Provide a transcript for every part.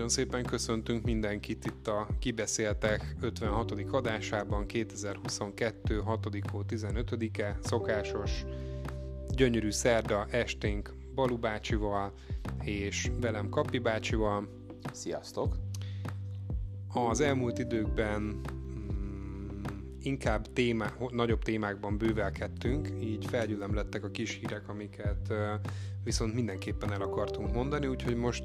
Nagyon szépen köszöntünk mindenkit itt a Kibeszéltek 56. adásában, 2022. 6. hó 15-e, szokásos, gyönyörű szerda esténk Balú bácsival és velem Kapi bácsival. Sziasztok! Az elmúlt időkben inkább nagyobb témákban bővelkedtünk, így felgyülemlettek a kis hírek, amiket viszont mindenképpen el akartunk mondani, úgyhogy most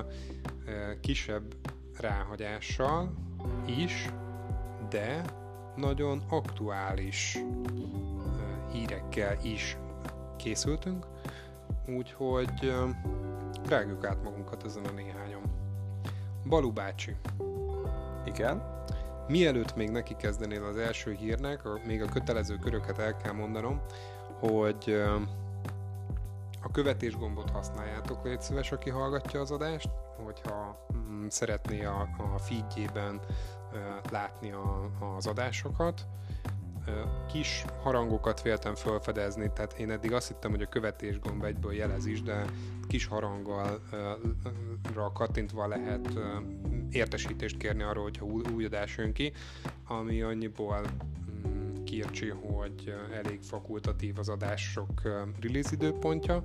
kisebb ráhagyással is, de nagyon aktuális hírekkel is készültünk, úgyhogy rágjuk át magunkat ezen a néhányon. Balú bácsi. Igen? Mielőtt még neki kezdenél az első hírnek, még a kötelező köröket el kell mondanom, hogy a követés gombot használjátok, légy szíves, aki hallgatja az adást, hogyha szeretné a feedjében látni az adásokat. Kis harangokat véltem felfedezni, tehát én eddig azt hittem, hogy a követés gomb egyből jelez is, de kis haranggal kattintva lehet értesítést kérni arról, hogyha új adás jön ki, ami annyiból kircsi, hogy elég fakultatív az adások release időpontja,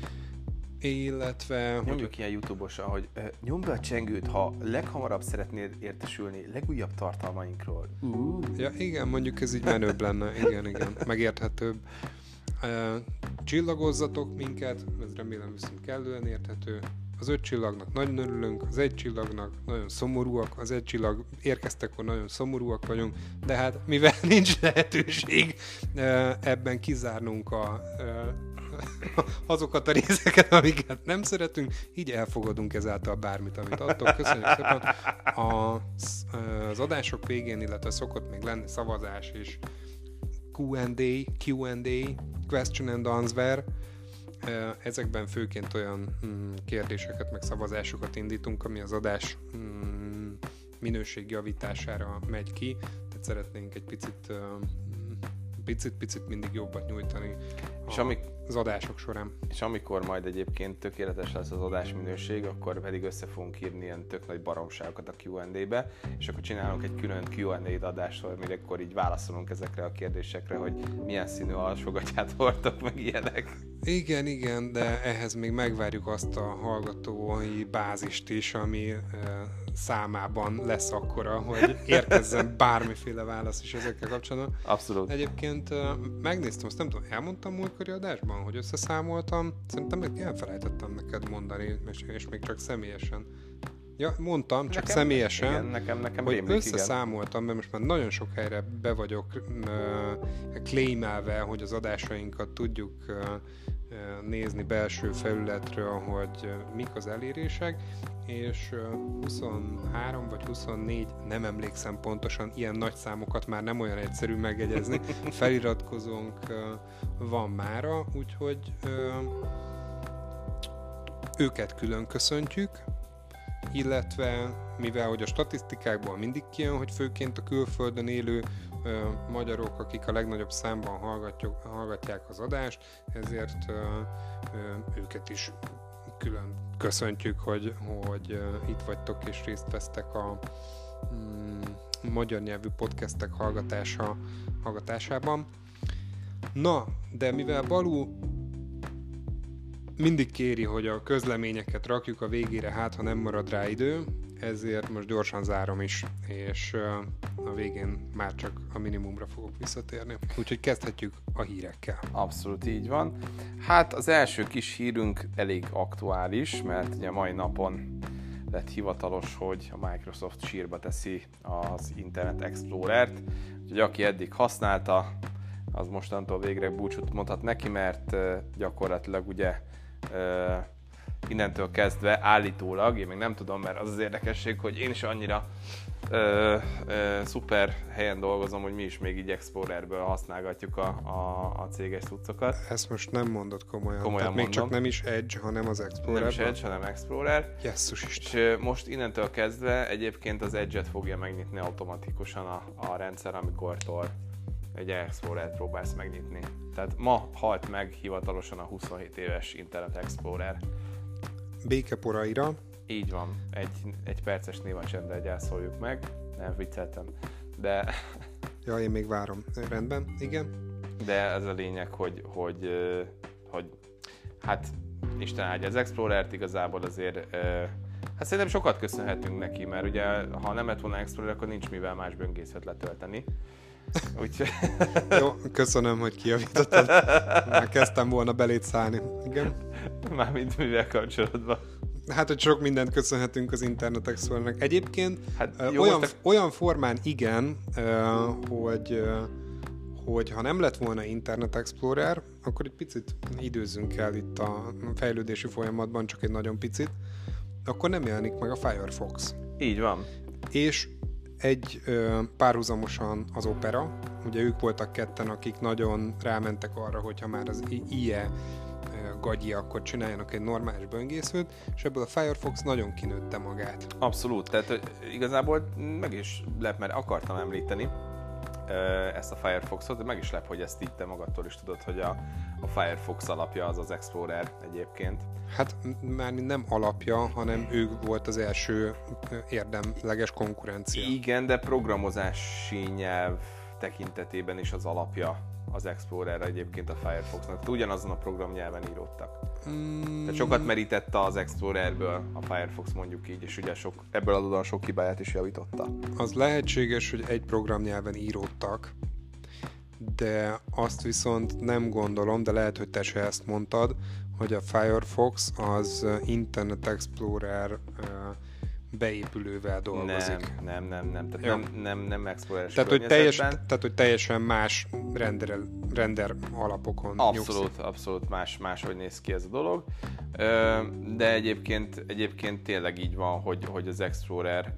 illetve... Nyomjuk ilyen YouTube-osan, hogy nyomd be a csengőt, ha leghamarabb szeretnél értesülni legújabb tartalmainkról. Ja, igen, mondjuk ez így menőbb lenne, igen, megérthetőbb. Csillagozzatok minket, ez remélem viszont kellően érthető. Az 5 csillagnak nagyon örülünk, az 1 csillagnak nagyon szomorúak, az 1 csillag érkeztekor nagyon szomorúak vagyunk, de hát mivel nincs lehetőség ebben kizárnunk azokat a részeket, amiket nem szeretünk, így elfogadunk ezáltal bármit, amit adtok. Köszönjük szépen! Az adások végén, illetve szokott még lenni szavazás és Q&A, question and answer. Ezekben főként olyan kérdéseket, meg szavazásokat indítunk, ami az adás minőség javítására megy ki, tehát szeretnénk egy picit mindig jobbat nyújtani az adások során. És amikor majd egyébként tökéletes lesz az adás minőség, akkor pedig össze fogunk írni ilyen tök nagy baromságokat a Q&A-be, és akkor csinálunk egy külön Q&A adást, amikor így válaszolunk ezekre a kérdésekre, hogy milyen színű alsógatyát hordtok, meg ilyenek. Igen, de ehhez még megvárjuk azt a hallgatói bázist is, ami számában lesz akkora, hogy érkezzen bármiféle válasz is ezekkel kapcsolatban. Abszolút. Egyébként megnéztem, azt nem tudom, elmondtam múltkori adásban, hogy összeszámoltam, szerintem meg elfelejtettem neked mondani, és még csak személyesen. Ja, mondtam, csak nekem, személyesen, igen, nekem hogy rémlik, összeszámoltam, mert most már nagyon sok helyre be vagyok claimelve, hogy az adásainkat tudjuk nézni belső felületről, hogy mik az elérések, és 23 vagy 24, nem emlékszem pontosan, ilyen nagy számokat már nem olyan egyszerű megjegyezni, feliratkozónk van mára, úgyhogy őket külön köszöntjük, illetve mivel hogy a statisztikákból mindig kijön, hogy főként a külföldön élő magyarok, akik a legnagyobb számban hallgatják az adást, ezért őket is külön köszöntjük, hogy itt vagytok és részt vesztek a magyar nyelvű podcastek hallgatásában. Na, de mivel Balú mindig kéri, hogy a közleményeket rakjuk a végére, hát ha nem marad rá idő, ezért most gyorsan zárom is, és a végén már csak a minimumra fogok visszatérni. Úgyhogy kezdhetjük a hírekkel. Abszolút így van. Hát az első kis hírünk elég aktuális, mert ugye mai napon lett hivatalos, hogy a Microsoft sírba teszi az Internet Explorer-t. Úgyhogy aki eddig használta, az mostantól végre búcsút mondhat neki, mert gyakorlatilag ugye innentől kezdve állítólag, én még nem tudom, mert az érdekesség, hogy én is annyira szuper helyen dolgozom, hogy mi is még így Explorerből használgatjuk a céges cuccokat. Ezt most nem mondod komolyan. Tehát mondom. Még csak nem is Edge, hanem az Explorer. Nem is Edge, hanem Explorer. Jesszus Isten. És most innentől kezdve egyébként az Edge-et fogja megnyitni automatikusan a rendszer, amikortól egy Explorer-t próbálsz megnyitni. Tehát ma halt meg hivatalosan a 27 éves Internet Explorer. Békeporaira, Így van. Egy perces névacsenddel gyászoljuk meg. Nem vicceltem. De... Ja, én még várom. Rendben, igen. De ez a lényeg, hogy hát Isten áldja az Explorert, igazából azért hát szerintem sokat köszönhetünk neki, mert ugye ha nem lett volna Explorer, akkor nincs mivel más böngészőt letölteni. Úgyhogy... Jó, köszönöm, hogy kijavítottad. Már kezdtem volna beléd szállni. Igen. Mármint mivel kapcsolatban. Hát, hogy sok mindent köszönhetünk az Internet Explorernek. Egyébként hát olyan formán igen, hogy ha nem lett volna Internet Explorer, akkor egy picit időzzünk el itt a fejlődési folyamatban, csak egy nagyon picit, akkor nem jelenik meg a Firefox. Így van. És párhuzamosan az Opera, ugye ők voltak ketten, akik nagyon rámentek arra, hogyha már az IE gagyi, akkor csináljanak egy normális böngészőt, és ebből a Firefox nagyon kinőtte magát. Abszolút, tehát igazából meg is lep, mert akartam említeni ezt a Firefoxot, de meg is lep, hogy ezt így te magadtól is tudod, hogy a Firefox alapja az Explorer egyébként. Hát már nem alapja, hanem ő volt az első érdemleges konkurencia. Igen, de programozási nyelv tekintetében is az alapja az Explorerre egyébként a Firefoxnak. Tehát ugyanazon a programnyelven íródtak. Tehát sokat merítette az Explorerből a Firefox, mondjuk így, és ugye ebből adódóan sok hibáját is javította. Az lehetséges, hogy egy programnyelven íródtak, de azt viszont nem gondolom, de lehet, hogy te se ezt mondtad, hogy a Firefox az Internet Explorer beépülővel dolgozik. Nem. Tehát nem Explorer-es tehát, hogy teljesen más render alapokon Abszolút máshogy néz ki ez a dolog. De egyébként tényleg így van, hogy az Explorer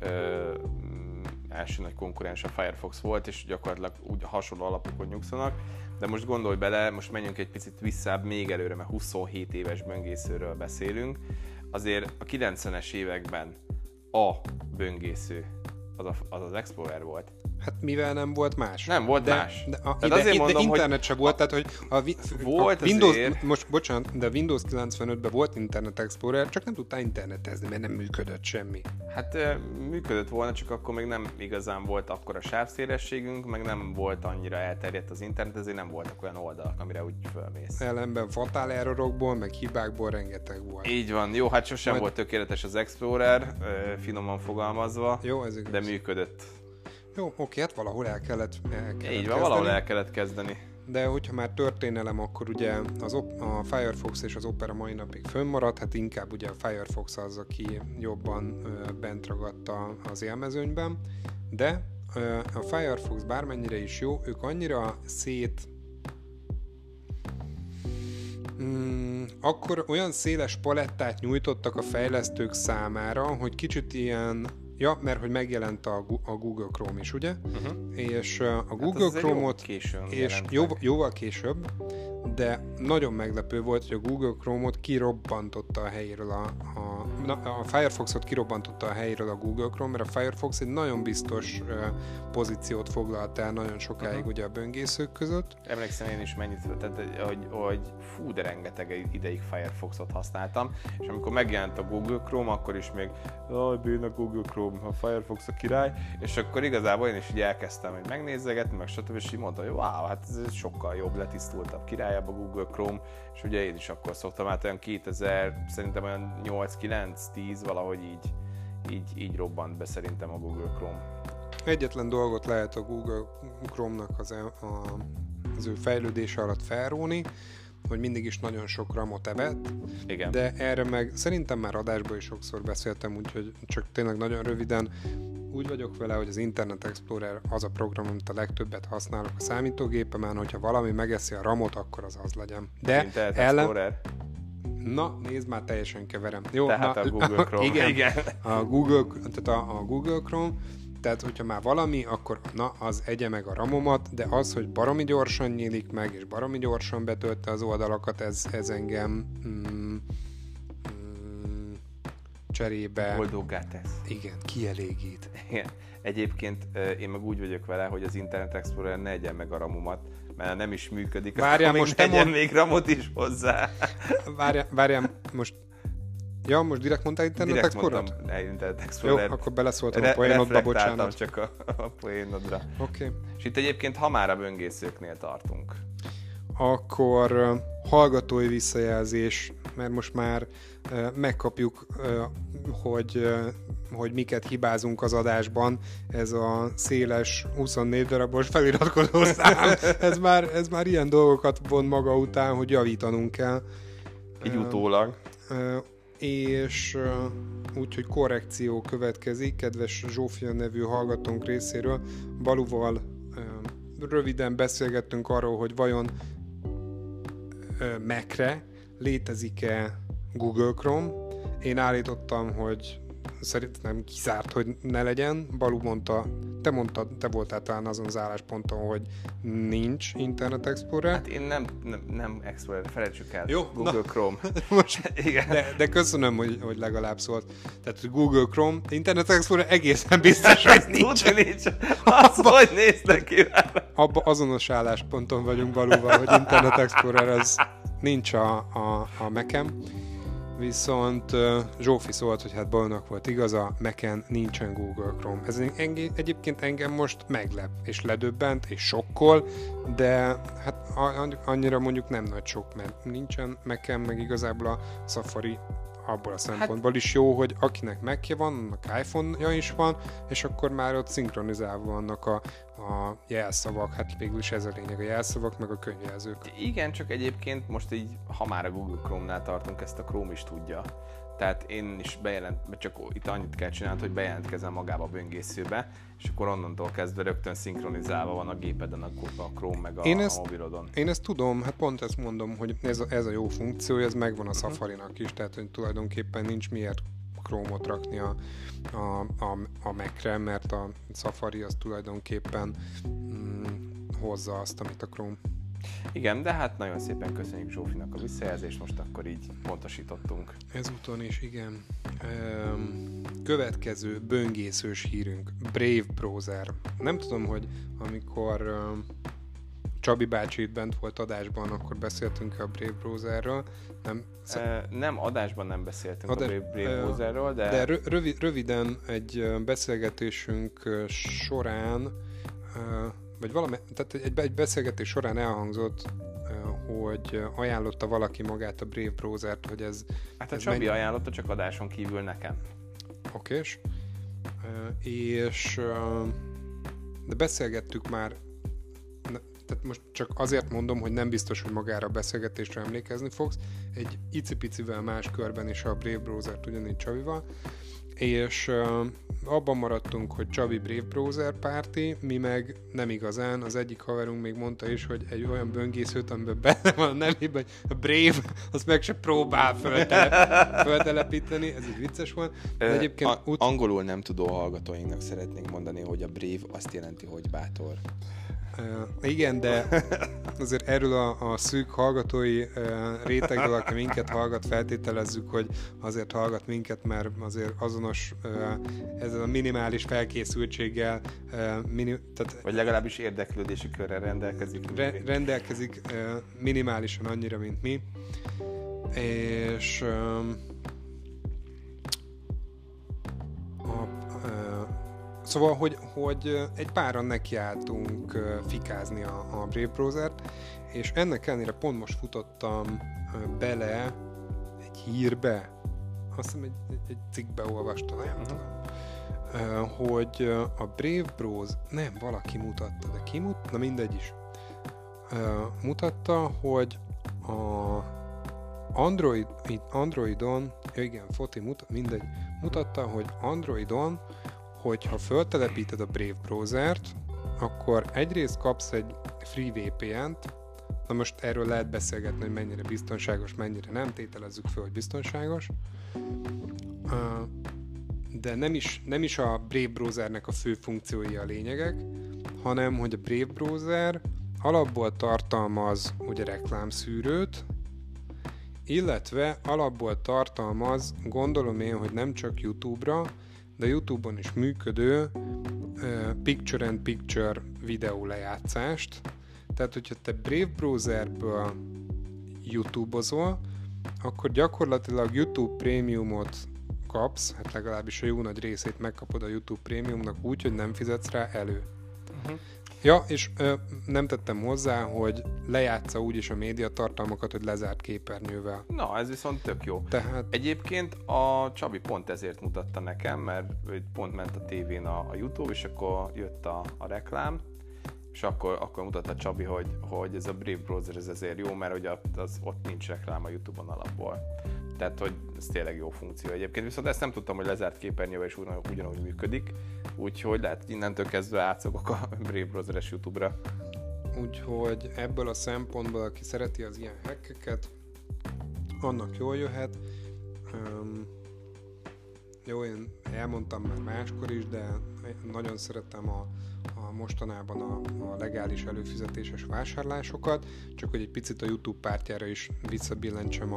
első nagy konkurens a Firefox volt, és gyakorlatilag úgy hasonló alapokon nyugszanak. De most gondolj bele, most menjünk egy picit visszább még előre, mert 27 éves böngészőről beszélünk. Azért a 90-es években a böngésző az Explorer volt. Hát mivel nem volt más? Nem volt más. De internet se volt, tehát hogy volt a Windows, most bocsánat, de a Windows 95-ben volt Internet Explorer, csak nem tudtál internetezni, mert nem működött semmi. Hát működött volna, csak akkor még nem igazán volt akkora sávszélességünk, meg nem volt annyira elterjedt az internet, ezért nem voltak olyan oldalak, amire úgy fölmész. Ellenben fatál errorokból, meg hibákból rengeteg volt. Így van, jó, hát sosem volt tökéletes az Explorer, finoman fogalmazva, jó, ez igaz. De működött. Jó, oké, hát valahol el kellett így kezdeni. van, valahol el kellett kezdeni. De hogyha már történelem, akkor ugye a Firefox és az Opera mai napig fönnmaradt, hát inkább ugye a Firefox az, aki jobban bent ragadta az élmezőnyben, de a Firefox bármennyire is jó, ők annyira akkor olyan széles palettát nyújtottak a fejlesztők számára, hogy kicsit ilyen. Ja, mert hogy megjelent a Google Chrome is, ugye? És a Google Chrome-ot és jóval később, de nagyon meglepő volt, hogy a Google Chrome-ot kirobbantotta a helyéről a Firefoxot kirobbantotta a helyéről a Google Chrome, mert a Firefox egy nagyon biztos pozíciót foglalt el nagyon sokáig ugye a böngészők között. Emlékszem én is mennyit, tehát hogy fú, de rengeteg ideig Firefoxot használtam, és amikor megjelent a Google Chrome, akkor is még a Google Chrome, a Firefox a király, és akkor igazából én is így elkezdtem, hogy megnézegetni, meg stb. És így mondtam, hogy wow, hát ez sokkal jobb, letisztultabb, királyabb a Google Chrome, és ugye én is akkor szoktam, hát olyan 2000, szerintem olyan 8-9-10 valahogy így robbant be szerintem a Google Chrome. Egyetlen dolgot lehet a Google Chrome-nak az ő fejlődése alatt felróni, hogy mindig is nagyon sok ramot evett, igen. De erre meg szerintem már adásban is sokszor beszéltem, úgyhogy csak tényleg nagyon röviden úgy vagyok vele, hogy az Internet Explorer az a program, amit a legtöbbet használok a számítógépemen, hogyha valami megeszi a ramot, akkor az legyen. De Internet Explorer? Na, nézd, már teljesen keverem. Jó, tehát a Google Chrome. Igen. A Google Chrome, tehát hogyha már valami, akkor az egye meg a ramomat, de az, hogy baromi gyorsan nyílik meg, és baromi gyorsan betölte az oldalakat, ez engem cserébe... Boldoggá tesz. Igen, kielégít. Igen. Egyébként én meg úgy vagyok vele, hogy az Internet Explorer ne egyen meg a ramomat, mert nem is működik, várjál, akkor most még még ramot is hozzá. Várjál, most Ja, most direkt mondtál Internet Explorer-t? Direkt mondtam Internet Explorer. Jó, akkor beleszóltam a poénodba, bocsánat. Csak a poénodra. Oké. És itt egyébként, ha már a böngészőknél tartunk, akkor hallgatói visszajelzés, mert most már megkapjuk, hogy miket hibázunk az adásban. Ez a széles 24 darabos feliratkozó szám, ez már ilyen dolgokat von maga után, hogy javítanunk kell. így utólag. És úgyhogy korrekció következik, kedves Zsófia nevű hallgatónk részéről. Baluval röviden beszélgettünk arról, hogy vajon Mac-re létezik-e Google Chrome. Én állítottam, hogy szerintem kizárt, hogy ne legyen. Balu mondta, te voltál talán azon az állásponton, hogy nincs Internet Explorer. Hát én nem Explorer, felejtsük el. Jó, Google Chrome. Most, Igen. De köszönöm, hogy legalább szólt. Tehát, hogy Google Chrome, Internet Explorer egészen biztos, hogy nincs. Az hogy néz neki? Abba azonos állásponton vagyunk Baluval, hogy Internet Explorer az nincs a Mac-en. Viszont Zsófi szólt, hogy hát Balunak volt igaza, Mac-en nincsen Google Chrome. Ez egyébként engem most meglep, és ledöbbent, és sokkol, de hát annyira mondjuk nem nagy sok, mert nincsen Mac-en, meg igazából a Safari abból a szempontból is jó, hogy akinek Mac-je van, annak iPhone-ja is van, és akkor már ott szinkronizálva vannak a jelszavak, hát végül is ez a lényeg, a jelszavak, meg a könyvjelzők. Igen, csak egyébként most így, ha már a Google Chrome-nál tartunk, ezt a Chrome is tudja. Tehát én is csak itt annyit kell csinálni, hogy bejelentkezem magába a böngészőbe, és akkor onnantól kezdve rögtön szinkronizálva van a gépeden a Chrome meg a mobilodon. Én ezt tudom, hát pont ezt mondom, hogy ez a jó funkció, ez megvan a Safari-nak is, tehát hogy tulajdonképpen nincs miért Chrome-ot rakni a Mac-re, mert a Safari az tulajdonképpen hozza azt, amit a Chrome. Igen, de hát nagyon szépen köszönjük Zsófinak a visszajelzést, most akkor így pontosítottunk. Ezúton is, igen. Következő böngészős hírünk, Brave Browser. Nem tudom, hogy amikor Csabi bácsi itt bent volt adásban, akkor beszéltünk a Brave Browserről. Nem, adásban nem beszéltünk a Brave Browserről, de röviden egy beszélgetésünk során, tehát egy beszélgetés során elhangzott, hogy ajánlotta valaki magát a Brave Browsert, hogy ez... Hát a Csabi ajánlotta, csak adáson kívül nekem. Okés. De beszélgettük már, tehát most csak azért mondom, hogy nem biztos, hogy magára a beszélgetésre emlékezni fogsz, egy icipicivel más körben is a Brave Browsert ugyanígy Csabival, és abban maradtunk, hogy Csabi Brave Browser párti, mi meg nem igazán. Az egyik haverunk még mondta is, hogy egy olyan böngészőt, amiben benne van a nevében, a Brave, azt meg se próbál föltelepíteni, ez így vicces volt. De egyébként angolul nem tudó hallgatóinknak szeretnénk mondani, hogy a Brave azt jelenti, hogy bátor. Igen, de azért erről a szűk hallgatói rétegről, aki minket hallgat, feltételezzük, hogy azért hallgat minket, mert azért azonos ezzel a minimális felkészültséggel, vagy legalábbis érdeklődési körrel rendelkezik. Rendelkezik minimálisan annyira, mint mi. És szóval, hogy egy páran nekiálltunk fikázni a Brave Browsert, és ennek ellenére pont most futottam bele egy hírbe, azt hiszem egy cikkbe olvastam, nem tudom, hogy a Brave Browser, nem, valaki mutatta, de ki mutatta? Na mindegy is. Mutatta, hogy a Androidon, ja igen, mindegy, mutatta, hogy Androidon, hogyha föltelepíted a Brave Browsert, akkor egyrészt kapsz egy free VPN-t, na most erről lehet beszélgetni, hogy mennyire biztonságos, mennyire nem, tételezzük föl, hogy biztonságos, de nem is a Brave Browsernek a fő funkciói a lényegek, hanem hogy a Brave Browser alapból tartalmaz ugye reklámszűrőt, illetve alapból tartalmaz, gondolom én, hogy nem csak YouTube-ra, de YouTube-on is működő picture-in-picture videó lejátszást. Tehát, hogyha te Brave Browserből YouTube-ozol, akkor gyakorlatilag YouTube Premiumot kapsz, hát legalábbis a jó nagy részét megkapod a YouTube Premiumnak úgy, hogy nem fizetsz rá elő. Ja, és nem tettem hozzá, hogy lejátsza úgyis a médiatartalmakat, hogy lezárt képernyővel. Na, ez viszont tök jó. Tehát... Egyébként a Csabi pont ezért mutatta nekem, mert pont ment a tévén a YouTube, és akkor jött a reklám, és akkor mutatta Csabi, hogy ez a Brave Browser ez ezért jó, mert hogy ott nincs reklám a YouTube-on alapból. Tehát, hogy ez tényleg jó funkció egyébként. Viszont ezt nem tudtam, hogy lezárt képernyővel is ugyanúgy működik. Úgyhogy lehet, hogy innentől kezdve átszokok a Brave Browser-es YouTube-ra. Úgyhogy ebből a szempontból, aki szereti az ilyen hackeket, annak jól jöhet. Jó, én elmondtam már máskor is, de nagyon szeretem a mostanában a legális előfizetéses vásárlásokat, csak hogy egy picit a YouTube pártjára is visszabillentsem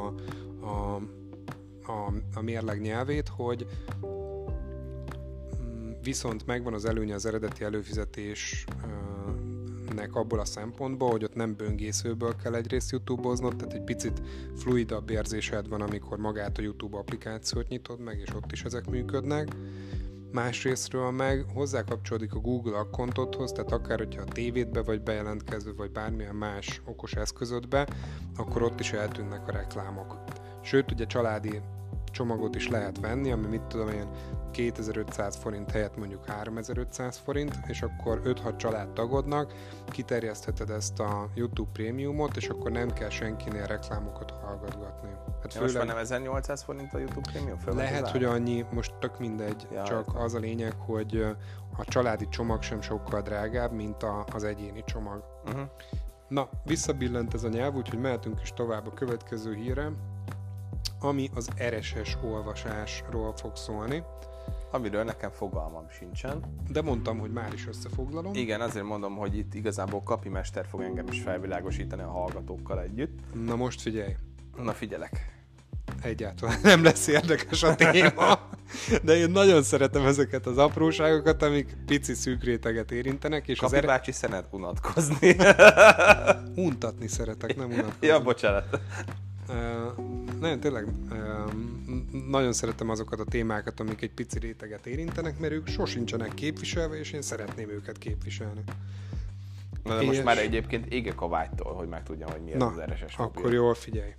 a mérleg nyelvét, hogy viszont megvan az előnye az eredeti előfizetésnek abból a szempontból, hogy ott nem böngészőből kell egyrészt YouTube-oznod, tehát egy picit fluidabb érzésed van, amikor magát a YouTube applikációt nyitod meg, és ott is ezek működnek. Másrésztről meg hozzákapcsolódik a Google accountodhoz, tehát akár hogyha a tévédbe vagy bejelentkezve, vagy bármilyen más okos eszközödbe, akkor ott is eltűnnek a reklámok. Sőt, ugye családi csomagot is lehet venni, ami mit tudom én 2500 forint helyett mondjuk 3500 forint, és akkor 5-6 családtagodnak kiterjesztheted ezt a YouTube Premiumot, és akkor nem kell senkinél reklámokat hallgatgatni. Hát főleg... Most már nem 1800 forint a YouTube Premium? Lehet, hogy annyi, most tök mindegy, csak az a lényeg, hogy a családi csomag sem sokkal drágább, mint az egyéni csomag. Na, visszabillent ez a nyelv, úgyhogy mehetünk is tovább a következő hírre, ami az RSS olvasásról fog szólni. Amiről nekem fogalmam sincsen. De mondtam, hogy már is összefoglalom. Igen, azért mondom, hogy itt igazából Kapi Mester fog engem is felvilágosítani a hallgatókkal együtt. Na most figyelj. Na figyelek. Egyáltalán nem lesz érdekes a téma, de én nagyon szeretem ezeket az apróságokat, amik pici szűk réteget érintenek. És Kapi bácsi szeret unatkozni. Untatni szeretek, nem unatkozni. Ja, bocsánat. Nagyon tényleg nagyon szeretem azokat a témákat, amik egy pici réteget érintenek, mert ők sosincsenek képviselve, és én szeretném őket képviselni. Na de most már egyébként égek a vágytól, hogy megtudjam, hogy mi az az RSS mobil. Akkor jól figyelj.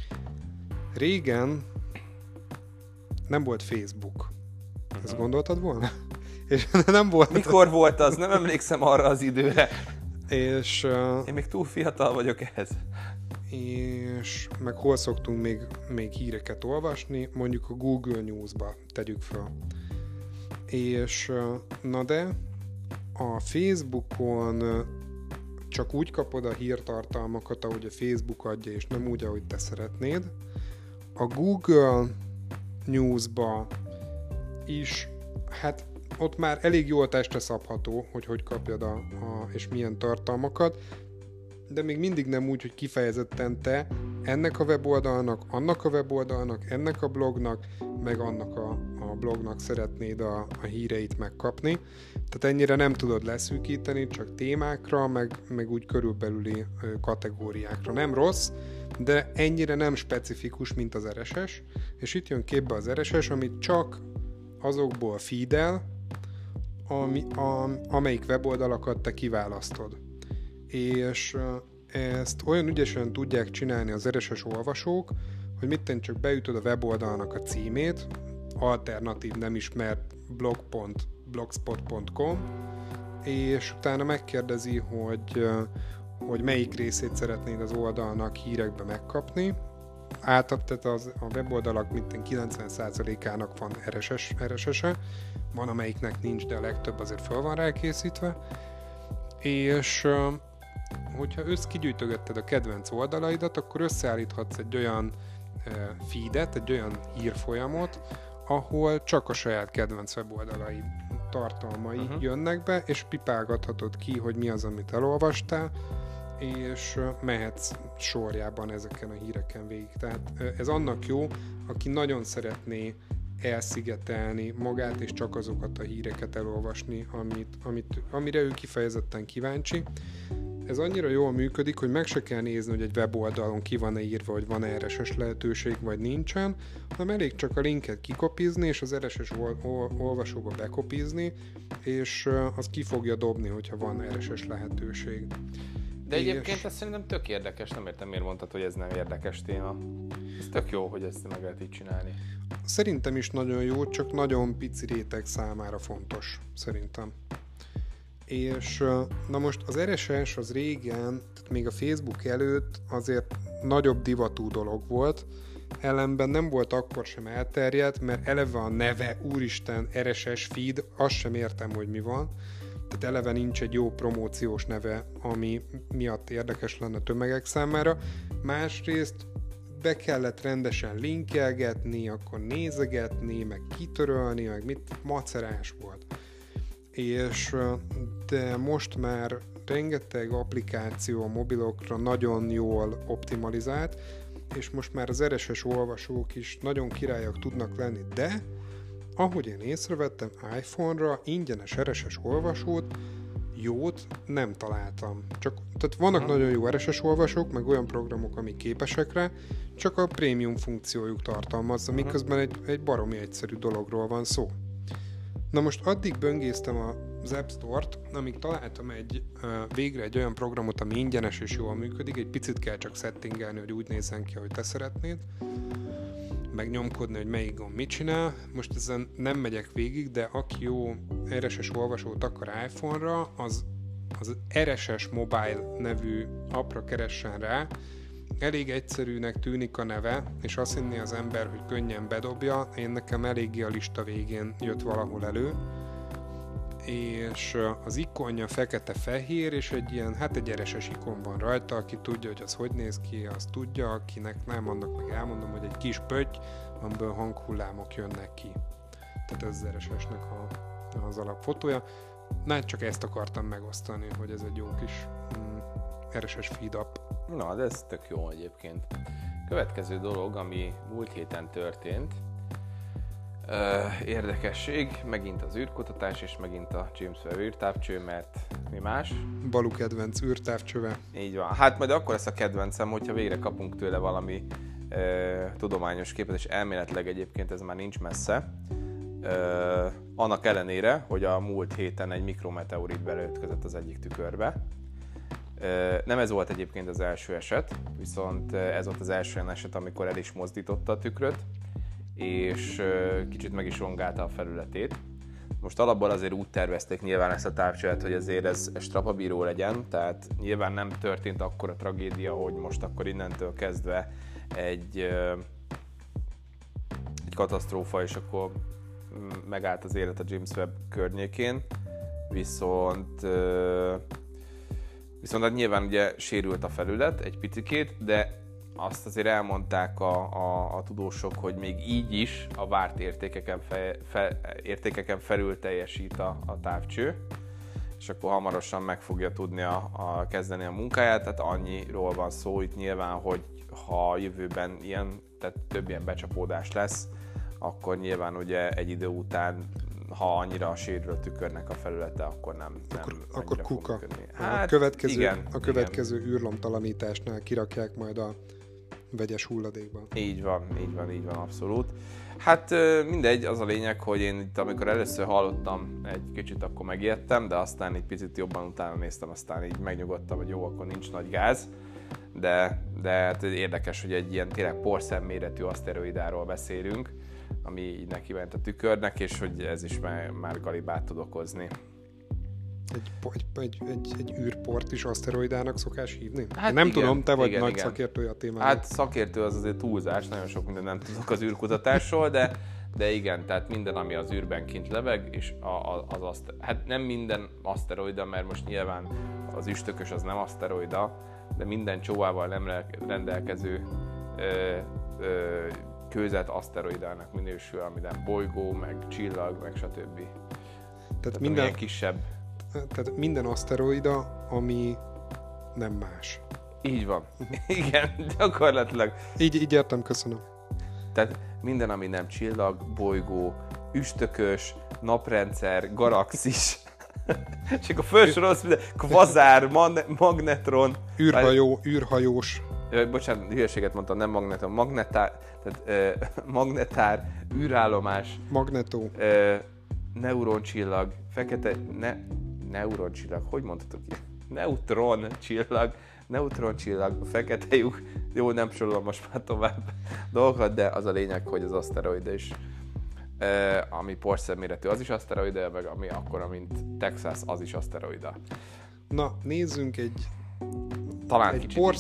Régen nem volt Facebook. Ezt gondoltad volna? És nem volt. Mikor volt az? Nem emlékszem arra az időre. És... Én még túl fiatal vagyok ehhez. És meg hol szoktunk még híreket olvasni, mondjuk a Google News-ba tegyük fel. És na de a Facebookon csak úgy kapod a hírtartalmakat, ahogy a Facebook adja, és nem úgy, ahogy te szeretnéd. A Google News-ba is, hát ott már elég jól testre szabható, hogy kapjad és milyen tartalmakat, de még mindig nem úgy, hogy kifejezetten te ennek a weboldalnak, annak a weboldalnak, ennek a blognak, meg annak a blognak szeretnéd a híreit megkapni. Tehát ennyire nem tudod leszűkíteni, csak témákra, meg úgy körülbelüli kategóriákra. Nem rossz, de ennyire nem specifikus, mint az RSS, és itt jön képbe az RSS, amit csak azokból feed-el, amelyik weboldalakat te kiválasztod. És ezt olyan ügyesen tudják csinálni az RSS olvasók, hogy mitten csak beütöd a weboldalnak a címét, alternatív nem ismert blog.blogspot.com, és utána megkérdezi, hogy melyik részét szeretnéd az oldalnak hírekbe megkapni. Tehát a weboldalak mitten 90%-ának van RSS-e, van amelyiknek nincs, de a legtöbb azért fel van rá készítve, és hogyha kigyűjtögetted a kedvenc oldalaidat, akkor összeállíthatsz egy olyan feedet, egy olyan hírfolyamot, ahol csak a saját kedvenc weboldalai tartalmai jönnek be, és pipálgathatod ki, hogy mi az, amit elolvastál, és mehetsz sorjában ezeken a híreken végig. Tehát ez annak jó, aki nagyon szeretné elszigetelni magát, és csak azokat a híreket elolvasni, amire ő kifejezetten kíváncsi. ez annyira jól működik, hogy meg se kell nézni, hogy egy weboldalon ki van-e írva, hogy van-e RSS lehetőség, vagy nincsen, hanem elég csak a linket kikopizni, és az RSS olvasóba bekopizni, és az ki fogja dobni, hogyha van RSS lehetőség. De egyébként ez szerintem tök érdekes, nem értem miért mondtad, hogy ez nem érdekes téma. Ez tök jó, hogy ezt meg lehet így csinálni. Szerintem is nagyon jó, csak nagyon pici réteg számára fontos, szerintem. És na most az RSS az régen, tehát még a Facebook előtt azért nagyobb divatú dolog volt, ellenben nem volt akkor sem elterjedt, mert eleve a neve, úristen, RSS feed, azt sem értem, hogy mi van. Tehát eleve nincs egy jó promóciós neve, ami miatt érdekes lenne tömegek számára. Másrészt be kellett rendesen linkelgetni, akkor nézegetni, meg kitörölni, meg mit, macerás volt. De most már rengeteg applikáció a mobilokra nagyon jól optimalizált, és most már az RSS olvasók is nagyon királyak tudnak lenni, de ahogy én észrevettem, iPhone-ra ingyenes RSS olvasót jót nem találtam. Tehát vannak nagyon jó RSS olvasók, meg olyan programok, amik képesek rá, csak a prémium funkciójuk tartalmazza, miközben egy baromi egyszerű dologról van szó. Na most addig böngésztem az App Store-t, amíg találtam végre egy olyan programot, ami ingyenes és jól működik, egy picit kell csak settingelni, hogy úgy nézzen ki, ahogy te szeretnéd, megnyomkodni, hogy melyik gomb mit csinál. Most ezen nem megyek végig, de aki jó RSS olvasót akar iPhone-ra, az RSS Mobile nevű appra keressen rá. Elég egyszerűnek tűnik a neve, és azt hinné az ember, hogy könnyen bedobja. Nekem eléggé a lista végén jött valahol elő. És az ikonja fekete-fehér, és egy RSS ikon van rajta, aki tudja, hogy az hogy néz ki, az tudja, akinek nem, annak meg elmondom, hogy egy kis pötty, amiből hanghullámok jönnek ki. Tehát ez az RSS-nek az alapfotója. Csak ezt akartam megosztani, hogy ez egy jó kis RSS feed app. Na, de ez tök jó egyébként. Következő dolog, ami múlt héten történt, érdekesség, megint az űrkutatás, és megint a James Webb űrtávcső, mert mi más? Balú kedvenc űrtávcsöve. Így van. Hát majd akkor lesz a kedvencem, hogyha végre kapunk tőle valami tudományos képet, és elméletileg egyébként ez már nincs messze. Annak ellenére, hogy a múlt héten egy mikrometeorit beleütközött az egyik tükörbe. Nem ez volt egyébként az első eset, viszont ez volt az első eset, amikor el is mozdította a tükröt, és kicsit meg is rongálta a felületét. Most alapból azért úgy tervezték nyilván ezt a távcsövet, hogy azért ez strapabíró legyen, tehát nyilván nem történt akkora tragédia, hogy most akkor innentől kezdve egy katasztrófa, és akkor megállt az élet a James Webb környékén, viszont hát nyilván ugye sérült a felület egy picikét, de azt azért elmondták a tudósok, hogy még így is a várt értékeken felül teljesít a távcső, és akkor hamarosan meg fogja tudni kezdeni a munkáját, tehát annyiról van szó itt nyilván, hogy ha a jövőben tehát több ilyen becsapódás lesz, akkor nyilván ugye egy idő után, ha annyira sérül a tükörnek a felülete, akkor nem akkor kuka. Hát, a következő űrlomtalanításnál kirakják majd a vegyes hulladékban. Így van, abszolút. Hát mindegy, az a lényeg, hogy én itt amikor először hallottam, egy kicsit akkor megijedtem, de aztán egy picit jobban utána néztem, aztán így megnyugodtam, hogy jó, akkor nincs nagy gáz. De hát érdekes, hogy egy ilyen tényleg porszem méretű aszteroidáról beszélünk, ami így neki ment a tükörnek, és hogy ez is már galibát tud okozni. Egy űrport is aszteroidának szokás hívni? Hát nem igen, tudom, te vagy igen, nagy szakértője a témának. Hát szakértő az azért túlzás, nagyon sok minden nem tudok az űrkutatásról, de igen, tehát minden, ami az űrben kint lebeg, és hát nem minden aszteroida, mert most nyilván az üstökös az nem aszteroida, de minden csóvával nem rendelkező kőzet aszteroidának minősül, amiben bolygó, meg csillag, meg stb. Tehát minden kisebb. Tehát minden aszteroida, ami nem más. Így van. Igen, gyakorlatilag. Így értem, köszönöm. Tehát minden, ami nem csillag, bolygó, üstökös, naprendszer, galaxis, Csak a felsorolt, Quasar, Magnetron. űrhajós. Bocsánat, hülyeséget mondtam, nem Magnetron, Magnetár, tehát Magnetár, űrállomás. Magnetó. Neuroncsillag, neuroncsillag, hogy mondhatok ki? Neutroncsillag, fekete lyuk. Jó, nem sorolom most már tovább dolgokat, de az a lényeg, hogy az aszteroida is, ami porszemméretű, az is aszteroida, meg ami akkora, mint Texas, az is aszteroida. Na, nézzünk Talán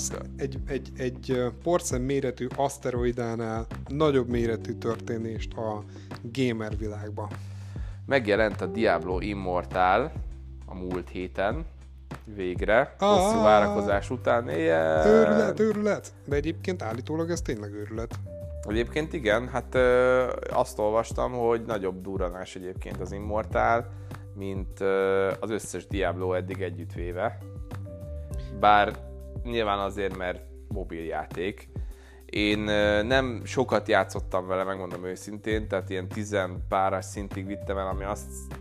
egy porszem méretű aszteroidánál nagyobb méretű történést a gamer világban. Megjelent a Diablo Immortal a múlt héten, végre, hosszú várakozás után. Őrület! De egyébként állítólag ez tényleg őrület. Egyébként igen, hát azt olvastam, hogy nagyobb durranás egyébként az Immortal, mint az összes Diablo eddig együttvéve. Bár nyilván azért, mert mobiljáték. Én nem sokat játszottam vele, megmondom őszintén, tehát ilyen 10 páras szintig vittem el, ami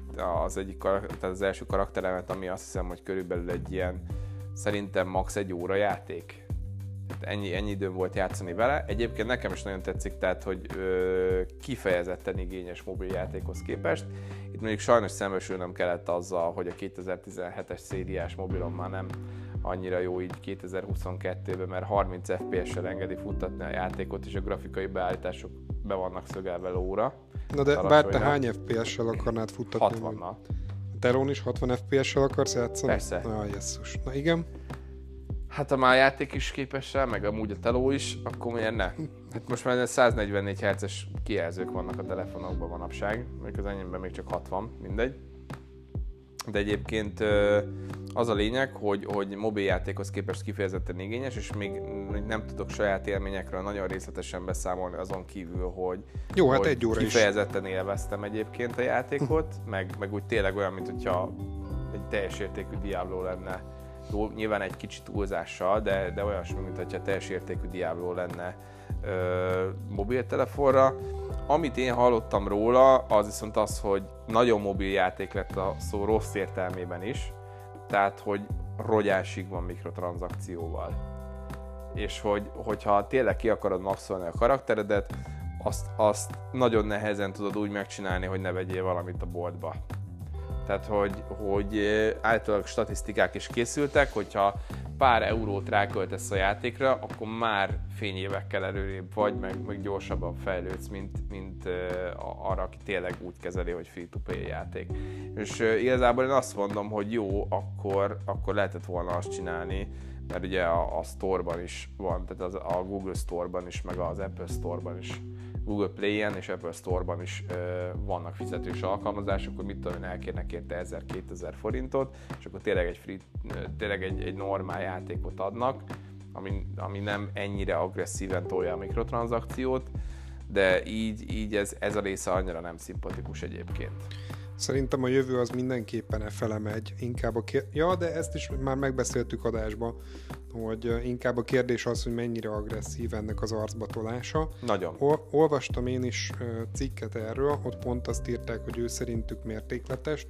az első karakteremet, ami azt hiszem, hogy körülbelül egy ilyen, szerintem max. 1 óra játék. Tehát ennyi időm volt játszani vele. Egyébként nekem is nagyon tetszik, tehát hogy kifejezetten igényes mobiljátékhoz képest. Itt mondjuk sajnos szembesülnöm kellett azzal, hogy a 2017-es szériás mobilon már nem annyira jó így 2022-ben, mert 30 FPS-sel engedi futtatni a játékot, és a grafikai beállítások be vannak szögelve lóra. Na de bár te hány FPS-sel akarnád futtatni? 60-nal. A Telón is 60 FPS-sel akarsz játszani? Persze. Na, jesszus. Na igen. Hát ha már a játék is képes rá, meg amúgy a teló is, akkor miért ne? Hát most már 144 Hz-es kijelzők vannak a telefonokban manapság, még az enyémben még csak 60, mindegy. De egyébként az a lényeg, hogy mobiljátékhoz képest kifejezetten igényes, és még nem tudok saját élményekről nagyon részletesen beszámolni azon kívül, hogy, jó, hát hogy 1 óra kifejezetten élveztem egyébként a játékot, meg úgy tényleg olyan, mint hogyha egy teljes értékű Diablo lenne. Jó, nyilván egy kicsit túlzással, de olyasmi, mint hogyha teljes értékű Diablo lenne mobiltelefonra. Amit én hallottam róla, az viszont az, hogy nagyon mobil játék lett a szó rossz értelmében is, tehát hogy rogyásig van mikrotranszakcióval. És hogyha tényleg ki akarod maxolni a karakteredet, azt nagyon nehezen tudod úgy megcsinálni, hogy ne vegyél valamit a boltba. Tehát, hogy általában statisztikák is készültek, hogyha pár eurót ráköltesz a játékra, akkor már fényévekkel előrébb vagy, meg gyorsabban fejlődsz, mint arra, aki tényleg úgy kezeli, hogy free-to-play játék. És igazából én azt mondom, hogy jó, akkor lehetett volna azt csinálni, mert ugye a Store-ban is van, tehát a Google Store-ban is, meg az Apple Store-ban is, Google Play-en és Apple Store-ban is vannak fizetős alkalmazások, hogy mit tudom, elkérnek érte 1000-2000 forintot, és akkor tényleg egy normál játékot adnak, ami nem ennyire agresszíven tolja a mikrotranszakciót, de így ez a része annyira nem szimpatikus egyébként. Szerintem a jövő az mindenképpen fele megy. Inkább ja, de ezt is már megbeszéltük adásba, hogy inkább a kérdés az, hogy mennyire agresszív ennek az arcbatolása. Nagyon. Olvastam én is cikket erről, ott pont azt írták, hogy ő szerintük mértékletes,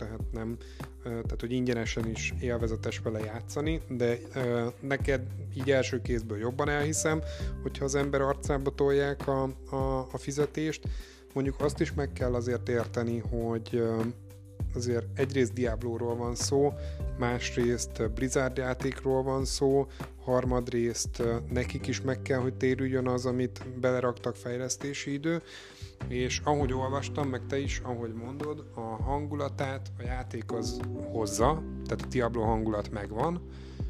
tehát hogy ingyenesen is élvezetes vele játszani, de neked így első kézből jobban elhiszem, hogyha az ember arcába tolják a fizetést. Mondjuk azt is meg kell azért érteni, hogy azért egyrészt Diablóról van szó, másrészt Blizzard játékról van szó, harmadrészt nekik is meg kell, hogy térüljön az, amit beleraktak fejlesztési idő, és ahogy olvastam, meg te is, ahogy mondod, a hangulatát a játék az hozza, tehát a Diablo hangulat megvan,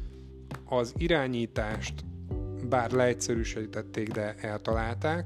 az irányítást bár leegyszerűsítették, de eltalálták,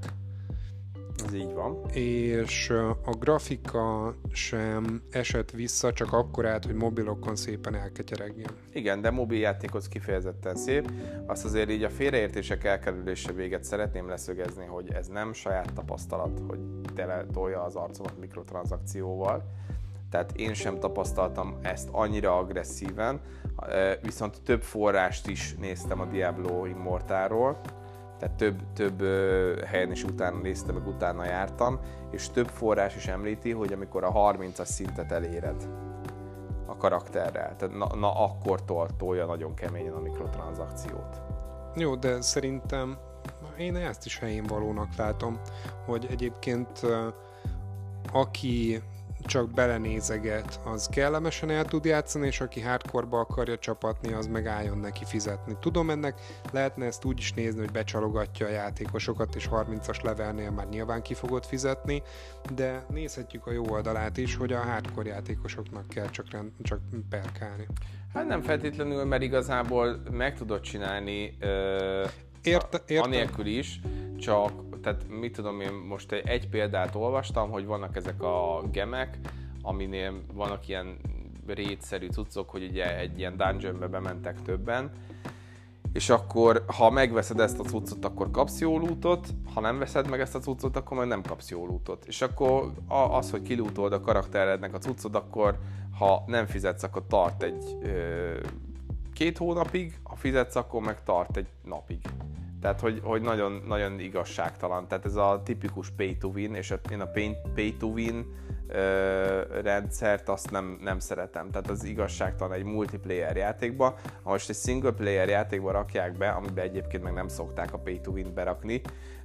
Ez így van. És a grafika sem esett vissza, csak akkor állt, hogy mobilokon szépen elketyeregjen. Igen, de mobiljátékhoz kifejezetten szép. Azt azért így a félreértések elkerülése véget szeretném leszögezni, hogy ez nem saját tapasztalat, hogy tele tolja az arcomat mikrotranszakcióval. Tehát én sem tapasztaltam ezt annyira agresszíven, viszont több forrást is néztem a Diablo Immortalról, tehát több helyen is utána néztem, meg utána jártam, és több forrás is említi, hogy amikor a 30-as szintet eléred, a karakterrel. Tehát akkor tolja nagyon keményen a mikrotranszakciót. Jó, de szerintem én ezt is helyén valónak látom, hogy egyébként aki csak belenézeget, az kellemesen el tud játszani, és aki hardcore-ba akarja csapatni, az meg álljon neki fizetni. Tudom, ennek lehetne ezt úgy is nézni, hogy becsalogatja a játékosokat, és 30-as levelnél már nyilván ki fogod fizetni, de nézhetjük a jó oldalát is, hogy a hardcore játékosoknak kell csak perkálni. Hát nem feltétlenül, mert igazából meg tudod csinálni anélkül is, csak, tehát mit tudom én, most egy példát olvastam, hogy vannak ezek a gemek, aminél vannak ilyen raid-szerű cuccok, hogy ugye egy ilyen dungeonbe bementek többen, és akkor, ha megveszed ezt a cuccot, akkor kapsz jó lootot, ha nem veszed meg ezt a cuccot, akkor meg nem kapsz jó lootot. És akkor az, hogy kilootold a karakterednek a cuccot, akkor ha nem fizetsz, akkor tart egy 2 hónapig, ha fizetsz, akkor meg tart egy napig. Tehát, hogy nagyon, nagyon igazságtalan. Tehát ez a tipikus pay to win, és én a pay to win rendszert azt nem szeretem. Tehát az igazságtalan egy multiplayer játékba. Ha most egy single player játékba rakják be, amiben egyébként meg nem szokták a pay to win berakni,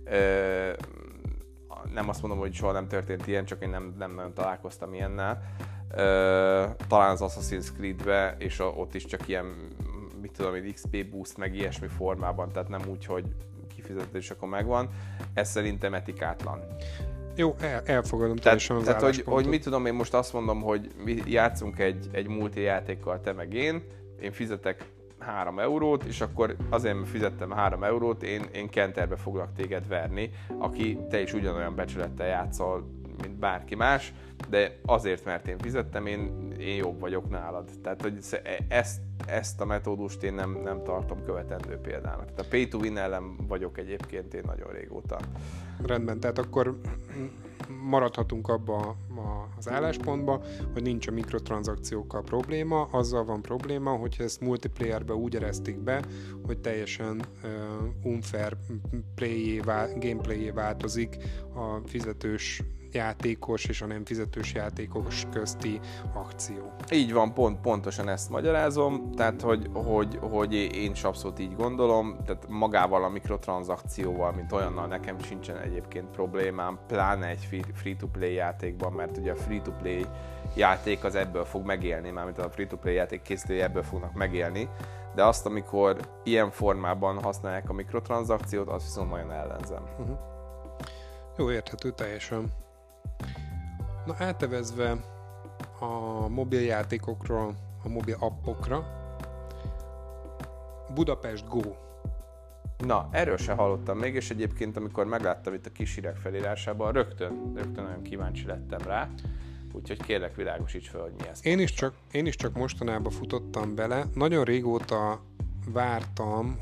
nem azt mondom, hogy soha nem történt ilyen, csak én nem nagyon találkoztam ilyennel. Talán az Assassin's Creed-be, és ott is csak ilyen, mit tudom, egy XP boost, meg ilyesmi formában, tehát nem úgy, hogy kifizetés akkor megvan. Ez szerintem etikátlan. Jó, elfogadom teljesen az tehát álláspontot. hogy mit tudom, én most azt mondom, hogy mi játszunk egy multi játékkal, te meg én fizetek 3 eurót, és akkor azért, mert fizettem 3 eurót, én kenterbe foglak téged verni, aki te is ugyanolyan becsülettel játszol, mint bárki más, de azért, mert én fizettem, én jobb vagyok nálad. Tehát, hogy ezt a metódust én nem tartom követendő példának. Tehát a pay to win ellen vagyok egyébként én nagyon régóta. Rendben, tehát akkor maradhatunk abba az álláspontba, hogy nincs a mikrotranszakciókkal probléma, azzal van probléma, hogyha ezt multiplayerbe úgy eresztik be, hogy teljesen unfair gameplayé változik a fizetős játékos és a nem fizetős játékos közti akció. Így van, pontosan ezt magyarázom, tehát hogy én is abszolút így gondolom, tehát magával a mikrotranszakcióval, mint olyannal nekem sincsen egyébként problémám, pláne egy free-to-play játékban, mert ugye a free-to-play játék az ebből fog megélni, mármint a free-to-play játék készítői ebből fognak megélni, de azt, amikor ilyen formában használják a mikrotranszakciót, azt viszont nagyon ellenzem. Jó, érthető teljesen. Na, átevezve a mobiljátékokról a mobil appokra, Budapest Go. Na, erről se hallottam még, és egyébként amikor megláttam itt a kis hírek felírásában, rögtön nagyon kíváncsi lettem rá, úgyhogy kérlek világosíts fel, hogy mi ez. Én is csak mostanában futottam bele. Nagyon régóta vártam,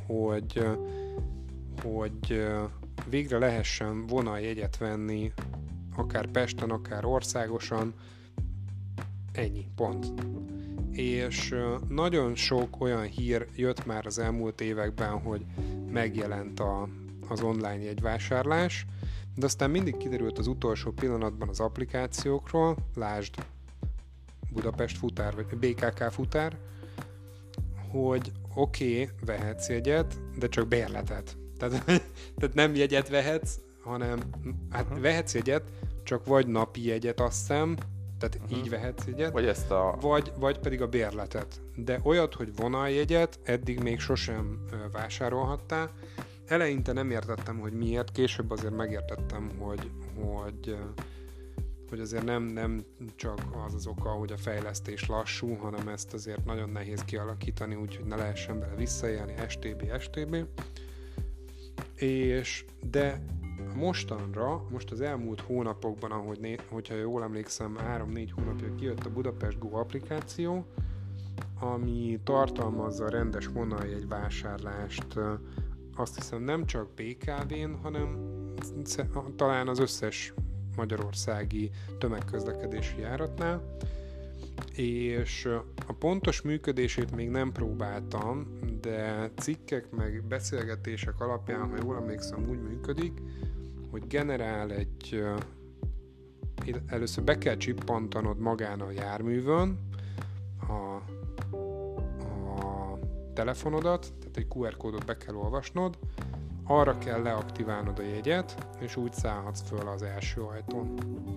hogy végre lehessen vonaljegyet venni, akár Pesten, akár országosan. Ennyi, pont. És nagyon sok olyan hír jött már az elmúlt években, hogy megjelent az online jegyvásárlás, de aztán mindig kiderült az utolsó pillanatban az applikációkról, lásd Budapest futár, vagy BKK futár, hogy oké, vehetsz jegyet, de csak bérletet. Tehát nem jegyet vehetsz, hanem vehetsz jegyet, csak vagy napi jegyet, azt hiszem, tehát így vehetsz jegyet, vagy pedig a bérletet. De olyat, hogy vonaljegyet eddig még sosem vásárolhattál. Eleinte nem értettem, hogy miért, később azért megértettem, hogy azért nem csak az oka, hogy a fejlesztés lassú, hanem ezt azért nagyon nehéz kialakítani, úgyhogy ne lehessen vele visszaélni, STB. De mostanra, most az elmúlt hónapokban, hogyha jól emlékszem, 3-4 hónapja kijött a Budapest Go applikáció, ami tartalmazza a rendes vonaljegy vásárlást, azt hiszem nem csak BKV-n, hanem talán az összes magyarországi tömegközlekedési járatnál, és a pontos működését még nem próbáltam, de cikkek meg beszélgetések alapján, ha jól emlékszem, úgy működik, hogy generál először be kell csippantanod magán a járművön telefonodat, tehát egy QR kódot be kell olvasnod, arra kell leaktiválnod a jegyet, és úgy szállhatsz föl az első ajtón.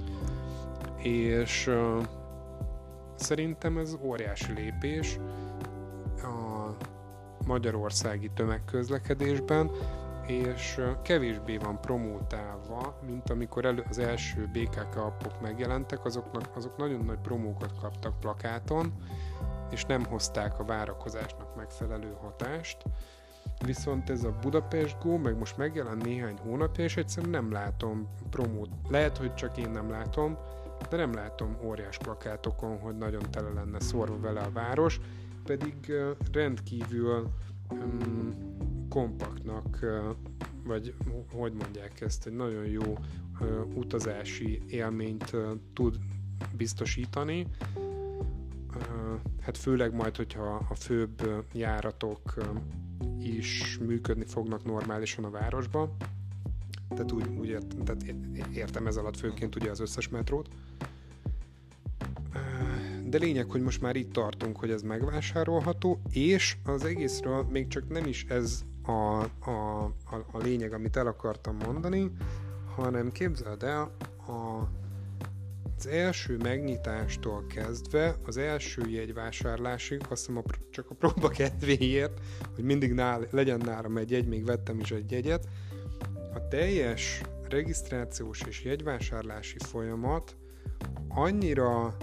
És szerintem ez óriási lépés a magyarországi tömegközlekedésben, és kevésbé van promótálva, mint amikor az első BKK appok megjelentek, azok nagyon nagy promókat kaptak plakáton, és nem hozták a várakozásnak megfelelő hatást. Viszont ez a Budapest Go, meg most megjelent néhány hónapja, és egyszerűen nem látom promót. Lehet, hogy csak én nem látom, de nem látom óriás plakátokon, hogy nagyon tele lenne szórva vele a város, pedig rendkívül kompaktnak, vagy hogy mondják ezt, egy nagyon jó utazási élményt tud biztosítani. Hát főleg majd, hogyha a főbb járatok is működni fognak normálisan a városban. Tehát értem ez alatt főként ugye az összes metrót. De lényeg, hogy most már itt tartunk, hogy ez megvásárolható, és az egészről még csak nem is ez a lényeg, amit el akartam mondani, hanem képzeld el, az első megnyitástól kezdve, az első jegyvásárlásig, azt hiszem csak a próba kedvéért, hogy mindig legyen nálam egy jegy, még vettem is egy jegyet, a teljes regisztrációs és jegyvásárlási folyamat annyira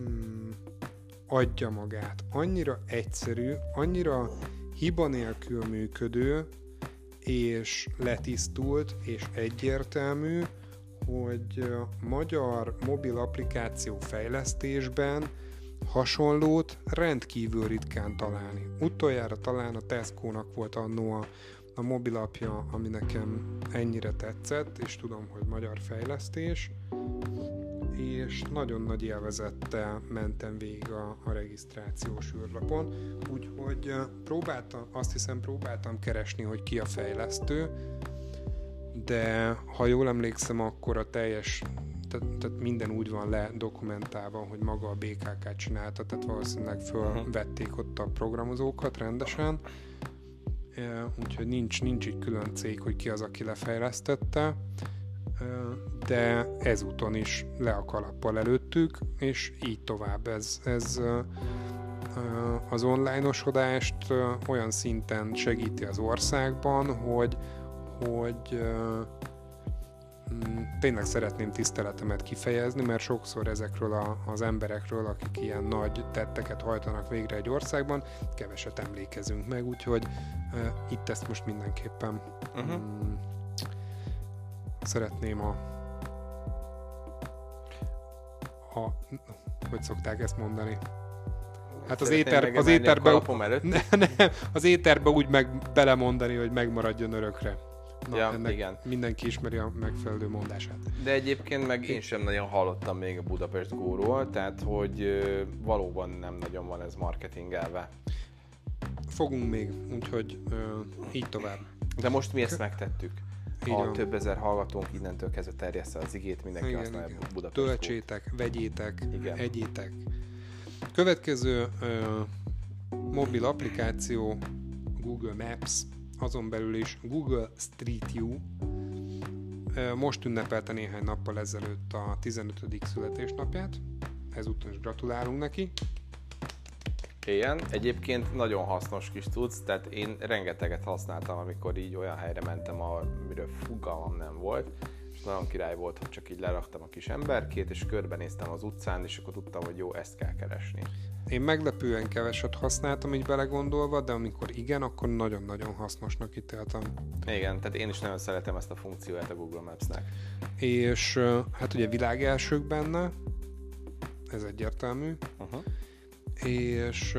adja magát, annyira egyszerű, annyira hiba nélkül működő, és letisztult, és egyértelmű, hogy a magyar mobil applikáció fejlesztésben hasonlót rendkívül ritkán találni. Utoljára talán a Tesco-nak volt annó a mobilapja, ami nekem ennyire tetszett, és tudom, hogy magyar fejlesztés, és nagyon nagy élvezettel mentem végig a regisztrációs űrlapon, úgyhogy próbáltam keresni, hogy ki a fejlesztő, de ha jól emlékszem, akkor a teljes, tehát minden úgy van ledokumentálva, hogy maga a BKK csinálta, tehát valószínűleg fölvették ott a programozókat rendesen, úgyhogy nincs egy külön cég, hogy ki az, aki lefejlesztette, de ezúton is le a kalappal előttük, és így tovább. Ez az online-osodást olyan szinten segíti az országban, hogy tényleg szeretném tiszteletemet kifejezni, mert sokszor ezekről az emberekről, akik ilyen nagy tetteket hajtanak végre egy országban, keveset emlékezünk meg, úgyhogy itt ezt most mindenképpen szeretném hogy szokták ezt mondani? Hát az éterbe úgy belemondani, hogy megmaradjon örökre. Na, ja, ennek igen. Mindenki ismeri a megfelelő mondását. De egyébként meg én sem nagyon hallottam még a Budapest Go-ról, tehát hogy valóban nem nagyon van ez marketingelve. Fogunk még, úgyhogy így tovább. De most mi ezt megtettük. A több ezer hallgatónk innentől kezdve terjeszte az igét, mindenki használja Budapest Go-t. Töltsétek, vegyétek, egyétek. Következő mobil applikáció Google Maps, azon belül is Google Street View. Most ünnepelte néhány nappal ezelőtt a 15. születésnapját. Ezúton is gratulálunk neki. Igen, egyébként nagyon hasznos kis cucc, tehát én rengeteget használtam, amikor így olyan helyre mentem, amiről fogalmam nem volt, és nagyon király volt, hogy csak így leraktam a kis emberkét, és körbenéztem az utcán, és akkor tudtam, hogy jó, ezt kell keresni. Én meglepően keveset használtam így belegondolva, de amikor igen, akkor nagyon-nagyon hasznosnak ítéltem. Igen, tehát én is nagyon szeretem ezt a funkcióját a Google Maps-nek. És hát ugye világelsők benne, ez egyértelmű, és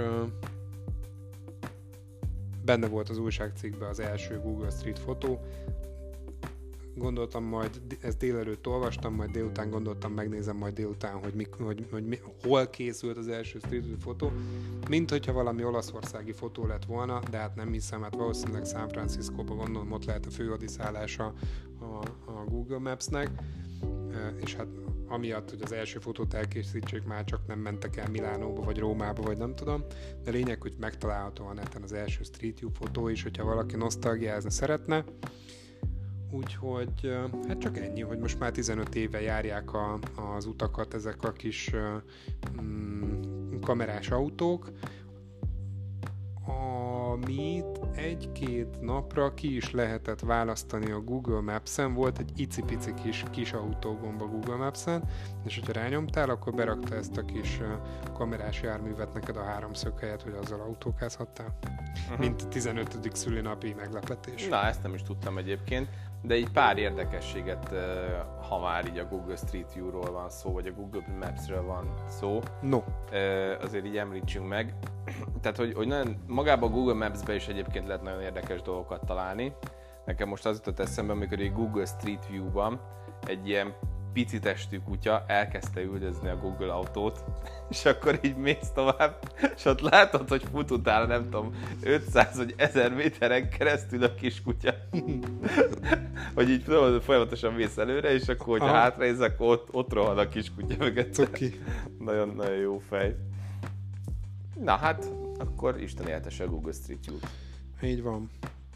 benne volt az újságcikkben az első Google Street fotó. Gondoltam majd, ezt délelőtt olvastam, majd délután gondoltam, megnézem majd délután, hogy hol készült az első Street View fotó. Mint hogyha valami olaszországi fotó lett volna, de hát nem hiszem, hát valószínűleg San Franciscóba gondolom, ott lehet a főhadiszállása a Google Maps-nek. és hát amiatt, hogy az első fotót elkészítsék, már csak nem mentek el Milánóba, vagy Rómába, vagy nem tudom, de lényeg, hogy megtalálható a neten az első Street View fotó is, hogyha valaki nosztalgiázni szeretne. Úgyhogy hát csak ennyi, hogy most már 15 éve járják az utakat ezek a kis kamerás autók, amit egy-két napra ki is lehetett választani a Google Maps-en. Volt egy icipici kis autógomb a Google Maps-en, és hogyha rányomtál, akkor berakta ezt a kis kamerás járművet neked a háromszög helyett, hogy azzal autókázhattál. Mint a 15. szülinapi meglepetés. Na, ezt nem is tudtam egyébként, de így pár érdekességet, ha már így a Google Street View-ról van szó, vagy a Google Maps-ről van szó, azért így említsünk meg. Tehát, hogy nagyon, magában a Google Maps-ben is egyébként lehet nagyon érdekes dolgokat találni. Nekem most az jutott eszembe, amikor egy Google Street View-ban egy ilyen pici testű kutya elkezdte üldözni a Google autót, és akkor így mész tovább, és ott látod, hogy fut utána, nem tudom, 500 vagy 1000 méteren keresztül a kis kutya. Hogy így folyamatosan mész előre, és akkor, hogyha hátraész, akkor ott rohan a kis kutya mögött. Nagyon, nagyon jó fej. Na hát, akkor Isten éltesse a Google Street View-t. Így van.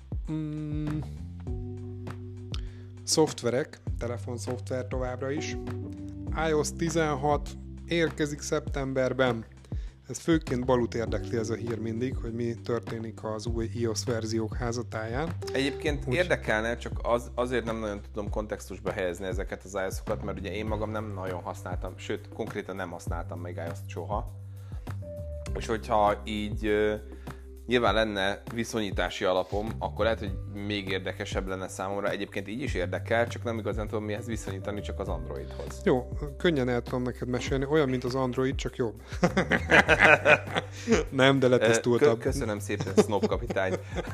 Szoftverek, telefonszoftver továbbra is. iOS 16 érkezik szeptemberben. Ez főként Balut érdekli ez a hír mindig, hogy mi történik az új iOS verziók házatáján. Egyébként érdekelne, csak azért nem nagyon tudom kontextusba helyezni ezeket az iOS-okat, mert ugye én magam nem nagyon használtam, sőt, konkrétan nem használtam még iOS-t soha. És hogyha így nyilván lenne viszonyítási alapom, akkor lehet, hogy még érdekesebb lenne számomra. Egyébként így is érdekel, csak nem igazán tudom mihez viszonyítani, csak az Androidhoz. Jó, könnyen el tudom neked mesélni, olyan, mint az Android, csak jobb. Nem, de letisztultabb. Köszönöm szépen, Snob kapitány.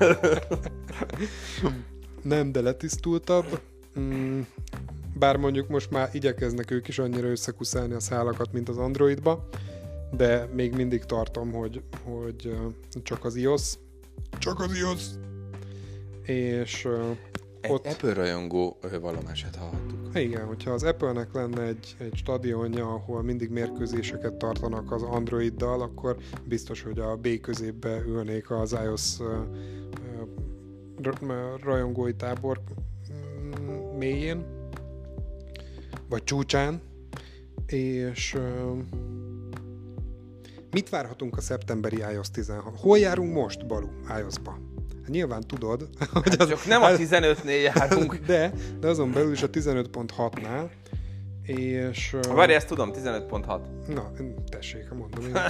Nem, de letisztultabb. Bár mondjuk most már igyekeznek ők is annyira összekuszálni a szálakat, mint az Androidba, de még mindig tartom, hogy csak az iOS. Csak az iOS! És ott... Apple rajongó vallomását hallhattuk. Igen, hogyha az Apple-nek lenne egy stadionja, ahol mindig mérkőzéseket tartanak az Androiddal, akkor biztos, hogy a B középbe ülnék az iOS rajongói tábor mélyén, vagy csúcsán, és mit várhatunk a szeptemberi iOS 16? Hol járunk most, Balú, iOS-ba? Nyilván tudod, hogy az... Csak nem a 15-nél járunk. De azon belül is a 15.6-nál, és... Várj, ezt tudom, 15.6. Na, tessék, mondom én.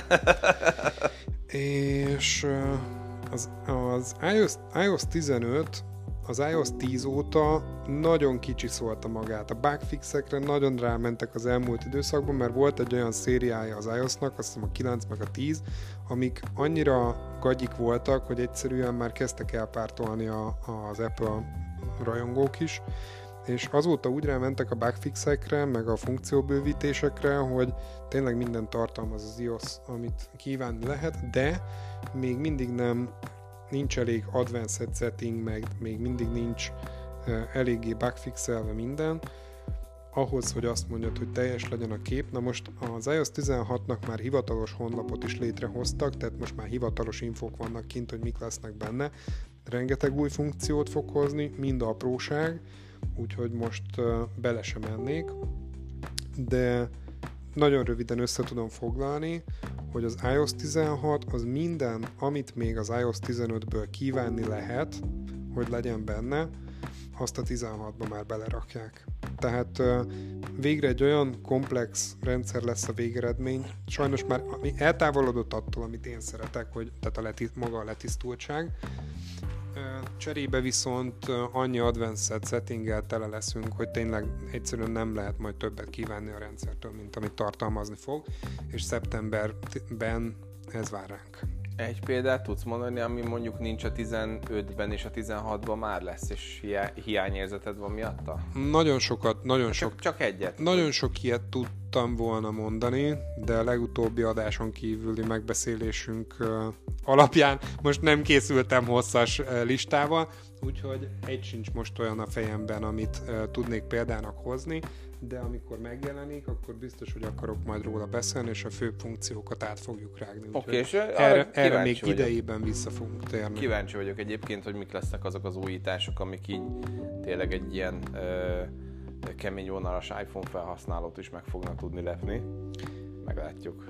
És az iOS 15 az iOS 10 óta nagyon kicsi szólta magát. A bugfixekre nagyon rámentek az elmúlt időszakban, mert volt egy olyan szériája az iOS-nak, azt hiszem a 9 meg a 10, amik annyira gagyik voltak, hogy egyszerűen már kezdtek elpártolni az Apple rajongók is, és azóta úgy rámentek a bugfixekre, meg a funkcióbővítésekre, hogy tényleg minden tartalmaz az iOS, amit kívánni lehet, de még mindig nincs elég advanced setting, meg még mindig nincs eléggé bugfixelve minden, ahhoz, hogy azt mondjad, hogy teljes legyen a kép. Na most az iOS 16-nak már hivatalos honlapot is létrehoztak, tehát most már hivatalos infók vannak kint, hogy mik lesznek benne. Rengeteg új funkciót fog hozni, mind apróság, úgyhogy most bele sem mennék, de nagyon röviden össze tudom foglalni, hogy az iOS 16 az minden, amit még az iOS 15-ből kívánni lehet, hogy legyen benne, azt a 16-ba már belerakják. Tehát végre egy olyan komplex rendszer lesz a végeredmény, sajnos már eltávolodott attól, amit én szeretek, hogy, tehát maga a letisztultság. Cserébe viszont annyi advanced settinggel tele leszünk, hogy tényleg egyszerűen nem lehet majd többet kívánni a rendszertől, mint amit tartalmazni fog, és szeptemberben ez vár ránk. Egy példát tudsz mondani, ami mondjuk nincs a 15-ben és a 16-ban már lesz, és hiányérzeted van miatta? Nagyon sokat, csak egyet. Nagyon sok ilyet tudtam volna mondani, de a legutóbbi adáson kívüli megbeszélésünk alapján most nem készültem hosszas listával, úgyhogy egy sincs most olyan a fejemben, amit tudnék példának hozni, de amikor megjelenik, akkor biztos, hogy akarok majd róla beszélni, és a fő funkciókat át fogjuk rágni. Oké, és erre még idejében vissza fogunk térni. Kíváncsi vagyok egyébként, hogy mik lesznek azok az újítások, amik így tényleg egy ilyen kemény vonalas iPhone felhasználót is meg fognak tudni lepni. Meglátjuk.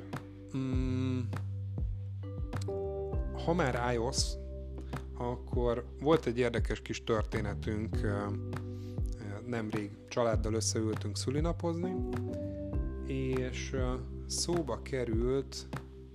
Ha már iOS, akkor volt egy érdekes kis történetünk, nemrég családdal összeültünk szülinapozni, és szóba került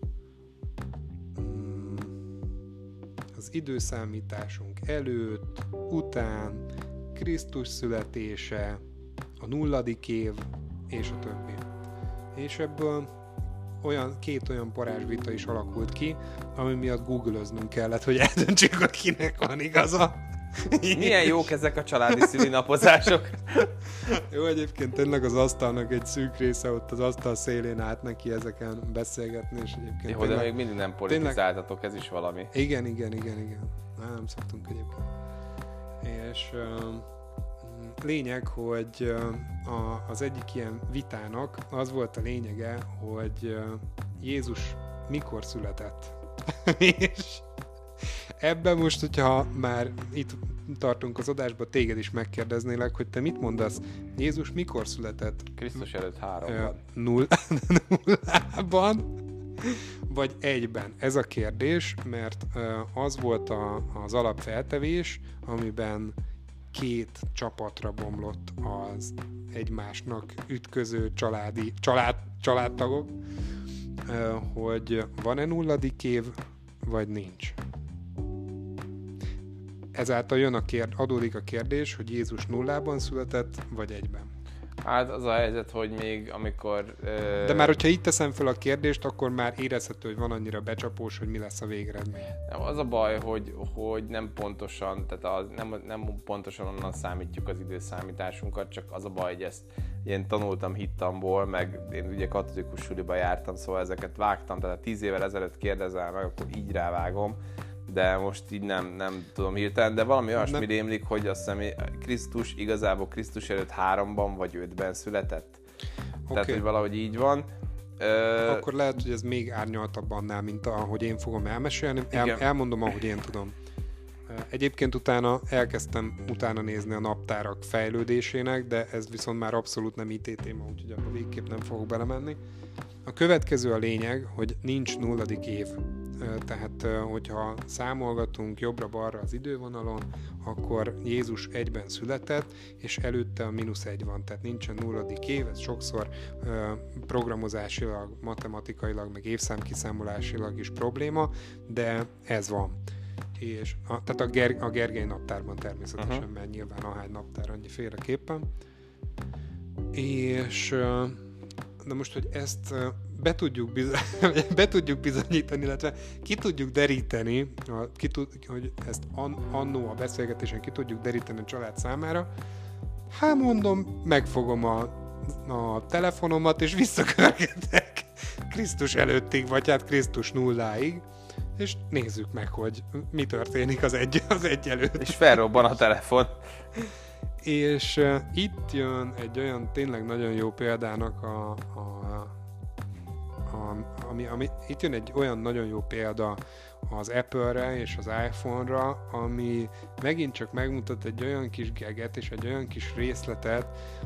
az időszámításunk előtt, után, Krisztus születése, a 0. év, és a többi. És ebből két olyan parázsvita is alakult ki, ami miatt googlöznünk kellett, hogy eldöntsük, hogy kinek van igaza. Milyen jók ezek a családi szülinapozások. Jó, egyébként tényleg az asztalnak egy szűk része, ott az asztal szélén állt neki ezeken beszélgetni, és egyébként jó, de még mindig nem politizáltatok, ez is valami. Igen. Nem szoktunk egyébként. És lényeg, hogy az egyik ilyen vitának az volt a lényege, hogy Jézus mikor született. És ebben most, hogyha már itt tartunk az adásban, téged is megkérdeznélek, hogy te mit mondasz? Jézus mikor született? Krisztus előtt 3-ban. Nullában? Vagy 1-ben? Ez a kérdés, mert az volt az alapfeltevés, amiben 2 csapatra bomlott az egymásnak ütköző családtagok, hogy van-e 0. év, vagy nincs. Ezáltal adódik a kérdés, hogy Jézus 0-ban született, vagy 1-ben. Hát az a helyzet, hogy még amikor... De már hogyha itt teszem fel a kérdést, akkor már érezhető, hogy van annyira becsapós, hogy mi lesz a végeredmény. Az a baj, hogy nem pontosan, tehát nem pontosan onnan számítjuk az időszámításunkat, csak az a baj, hogy ezt én tanultam hittamból, meg én ugye katolikus suliba jártam, szóval ezeket vágtam, tehát 10 évvel ezelőtt kérdezel meg, akkor így rávágom, de most így nem tudom hirtelen, de valami olyasmi rémlik, hogy azt hiszem Krisztus igazából Krisztus előtt 3-ban vagy 5-ben született. Okay. Tehát, hogy valahogy így van. Akkor lehet, hogy ez még árnyaltabb annál, mint ahogy én fogom elmesélni. Elmondom, ahogy én tudom. Egyébként utána elkezdtem nézni a naptárak fejlődésének, de ez viszont már abszolút nem IT téma, úgyhogy abban végképp nem fogok belemenni. A következő a lényeg, hogy nincs 0. év. Tehát, hogyha számolgatunk jobbra-balra az idővonalon, akkor Jézus 1-ben született, és előtte a -1 van, tehát nincsen 0. év, ez sokszor programozásilag, matematikailag, meg évszámkiszámolásilag is probléma, de ez van. És tehát a Gergely naptárban természetesen, mert nyilván ahány naptár annyi féleképpen. És de most, hogy ezt be tudjuk bizonyítani, illetve ki tudjuk deríteni, hogy ezt annó a beszélgetésen ki tudjuk deríteni a család számára, hát mondom, megfogom a telefonomat, és visszakörgetek Krisztus előttig, vagy hát Krisztus 0-ig, és nézzük meg, hogy mi történik az egy előtt. És felrobban a telefon. És itt jön egy olyan tényleg nagyon jó példának itt jön egy olyan nagyon jó példa az Apple-re és az iPhone-ra, ami megint csak megmutat egy olyan kis geget és egy olyan kis részletet,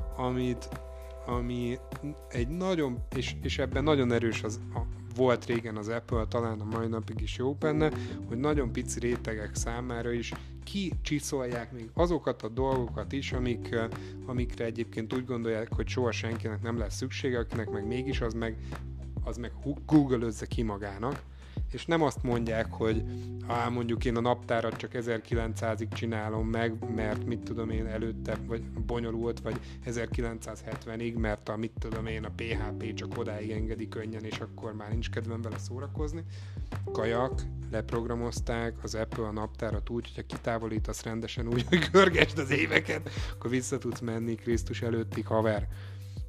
ami egy nagyon, és ebben nagyon erős volt régen az Apple, talán a mai napig is jó benne, hogy nagyon pici rétegek számára is kicsiszolják még azokat a dolgokat is, amikre egyébként úgy gondolják, hogy soha senkinek nem lesz szüksége, akinek meg mégis az meg Google-özze ki magának, és nem azt mondják, hogy mondjuk én a naptárat csak 1900-ig csinálom meg, mert mit tudom én előtte, vagy bonyolult, vagy 1970-ig, mert a PHP csak odáig engedi könnyen, és akkor már nincs kedvem vele szórakozni. Kajak, leprogramozták az Apple a naptárat úgy, hogyha kitávolítasz rendesen úgy, hogy görgesd az éveket, akkor vissza tudsz menni Krisztus előttig, haver.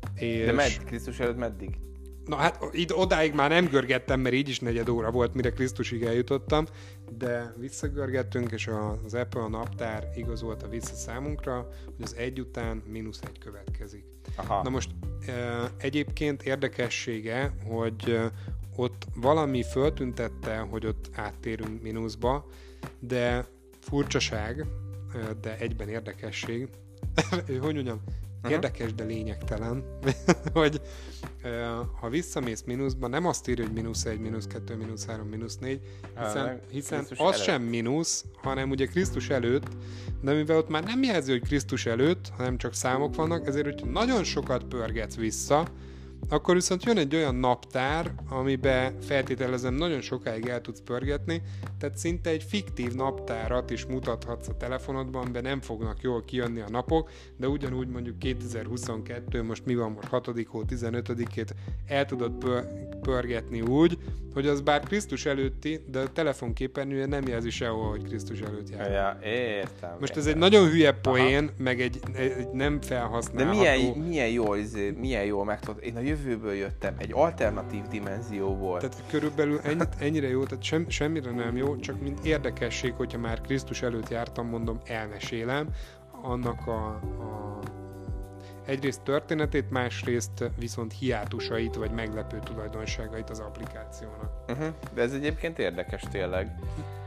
És... De Krisztus előtt meddig? Na hát odáig már nem görgettem, mert így is 4 óra volt, mire Krisztusig eljutottam, de visszagörgettünk, és az Apple naptár igazolta vissza számunkra, hogy az 1 után -1 következik. Aha. Na most egyébként érdekessége, hogy ott valami föltüntette, hogy ott áttérünk mínuszba, de furcsaság, de egyben érdekesség, hogy mondjam, érdekes, de lényegtelen, hogy ha visszamész mínuszba, nem azt írja, hogy -1, -2, -3, -4, hiszen az sem mínusz, hanem ugye Krisztus előtt, de mivel ott már nem jelzi, hogy Krisztus előtt, hanem csak számok vannak, ezért, hogyha nagyon sokat pörgetsz vissza, akkor viszont jön egy olyan naptár, amiben feltételezem nagyon sokáig el tudsz pörgetni, tehát szinte egy fiktív naptárat is mutathatsz a telefonodban, amiben nem fognak jól kijönni a napok, de ugyanúgy mondjuk 2022, most mi van most 6. hó 15-ét el tudod pörgetni úgy, hogy az bár Krisztus előtti, de a telefonképernyője nem jelzi sehol, hogy Krisztus előtt jár. Ja, értem. Most ez egy nagyon hülye poén, meg egy nem felhasználható... De milyen jól megtudod. Én a jövőből jöttem, egy alternatív dimenzió volt. Tehát körülbelül ennyire jó, tehát semmire nem jó, csak mint érdekesség, hogyha már Krisztus előtt jártam, mondom, elmesélem annak egyrészt történetét, másrészt viszont hiátusait, vagy meglepő tulajdonságait az applikációnak. De ez egyébként érdekes tényleg.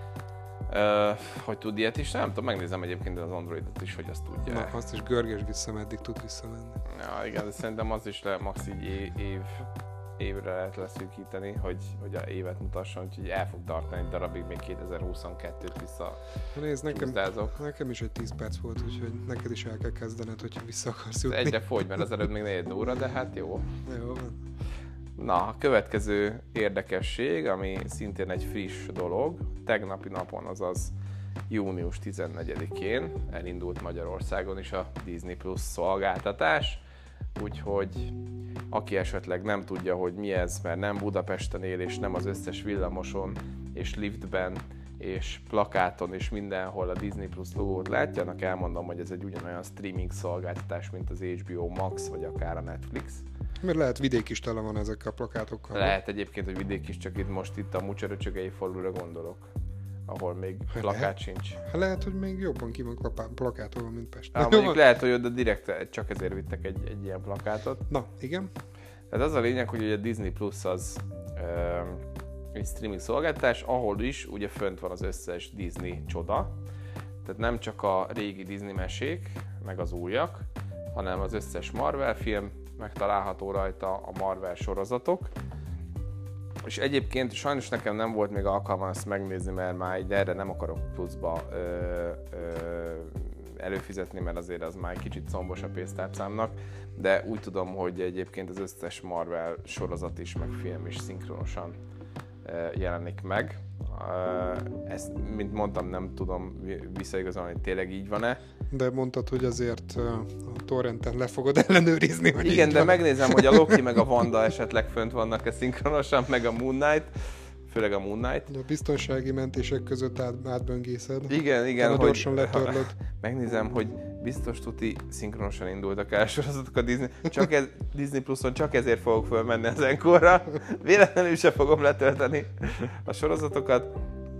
Hogy tud ilyet is? Nem tudom, megnézem egyébként az Androidot is, hogy azt tudja. Na, azt is görges vissza, meddig tud visszamenni. Ja, igen, de szerintem az is max így évre lehet leszűkíteni, hogy a évet mutasson, úgyhogy el fog tartani egy darabig, még 2022-t vissza. Nézd, nekem is egy 10 perc volt, úgyhogy neked is el kell kezdened, hogyha vissza akarsz jutni. Egyre fogy, mert az előtt még 4 óra, de hát jó. Jó van. Na, a következő érdekesség, ami szintén egy friss dolog, tegnapi napon, azaz június 14-én elindult Magyarországon is a Disney Plus szolgáltatás, úgyhogy aki esetleg nem tudja, hogy mi ez, mert nem Budapesten él, és nem az összes villamoson, és liftben, és plakáton, és mindenhol a Disney Plus logót látja, annak elmondom, hogy ez egy ugyanolyan streaming szolgáltatás, mint az HBO Max, vagy akár a Netflix. Mert lehet vidék is tele van ezekkel a plakátokkal. Lehet egyébként, hogy vidék is, csak itt a Mucseröcsögei falura gondolok, ahol még plakát sincs. Lehet, hogy még jobban ki van plakátolva, mint Pesten. Mondjuk lehet, hogy oda direkt csak ezért vittek egy ilyen plakátot. Na, igen. Tehát az a lényeg, hogy a Disney Plus az egy streaming szolgáltatás, ahol is ugye fönt van az összes Disney csoda. Tehát nem csak a régi Disney mesék, meg az újak, hanem az összes Marvel film megtalálható rajta, a Marvel sorozatok. És egyébként sajnos nekem nem volt még alkalmam ezt megnézni, mert már erre nem akarok pluszba előfizetni, mert azért az már egy kicsit szombos a pénztárcámnak, de úgy tudom, hogy egyébként az összes Marvel sorozat is, meg film is szinkronosan jelenik meg. Ezt, mint mondtam, nem tudom visszaigazolni, hogy tényleg így van-e. De mondtad, hogy azért a torrenten le fogod ellenőrizni, hogy igen, de megnézem, hogy a Loki meg a Wanda esetleg fönt vannak-e szinkronosan, meg a Moon Knight, főleg a Moon Knight. A biztonsági mentések között átböngészed. Igen, hogy gyorsan letörlöd. Megnézem, hogy biztos tuti szinkronosan indultak el sorozatok a Disney. Disney Pluson csak ezért fogok fölmenni az Encore-ra. Véletlenül sem fogom letölteni a sorozatokat.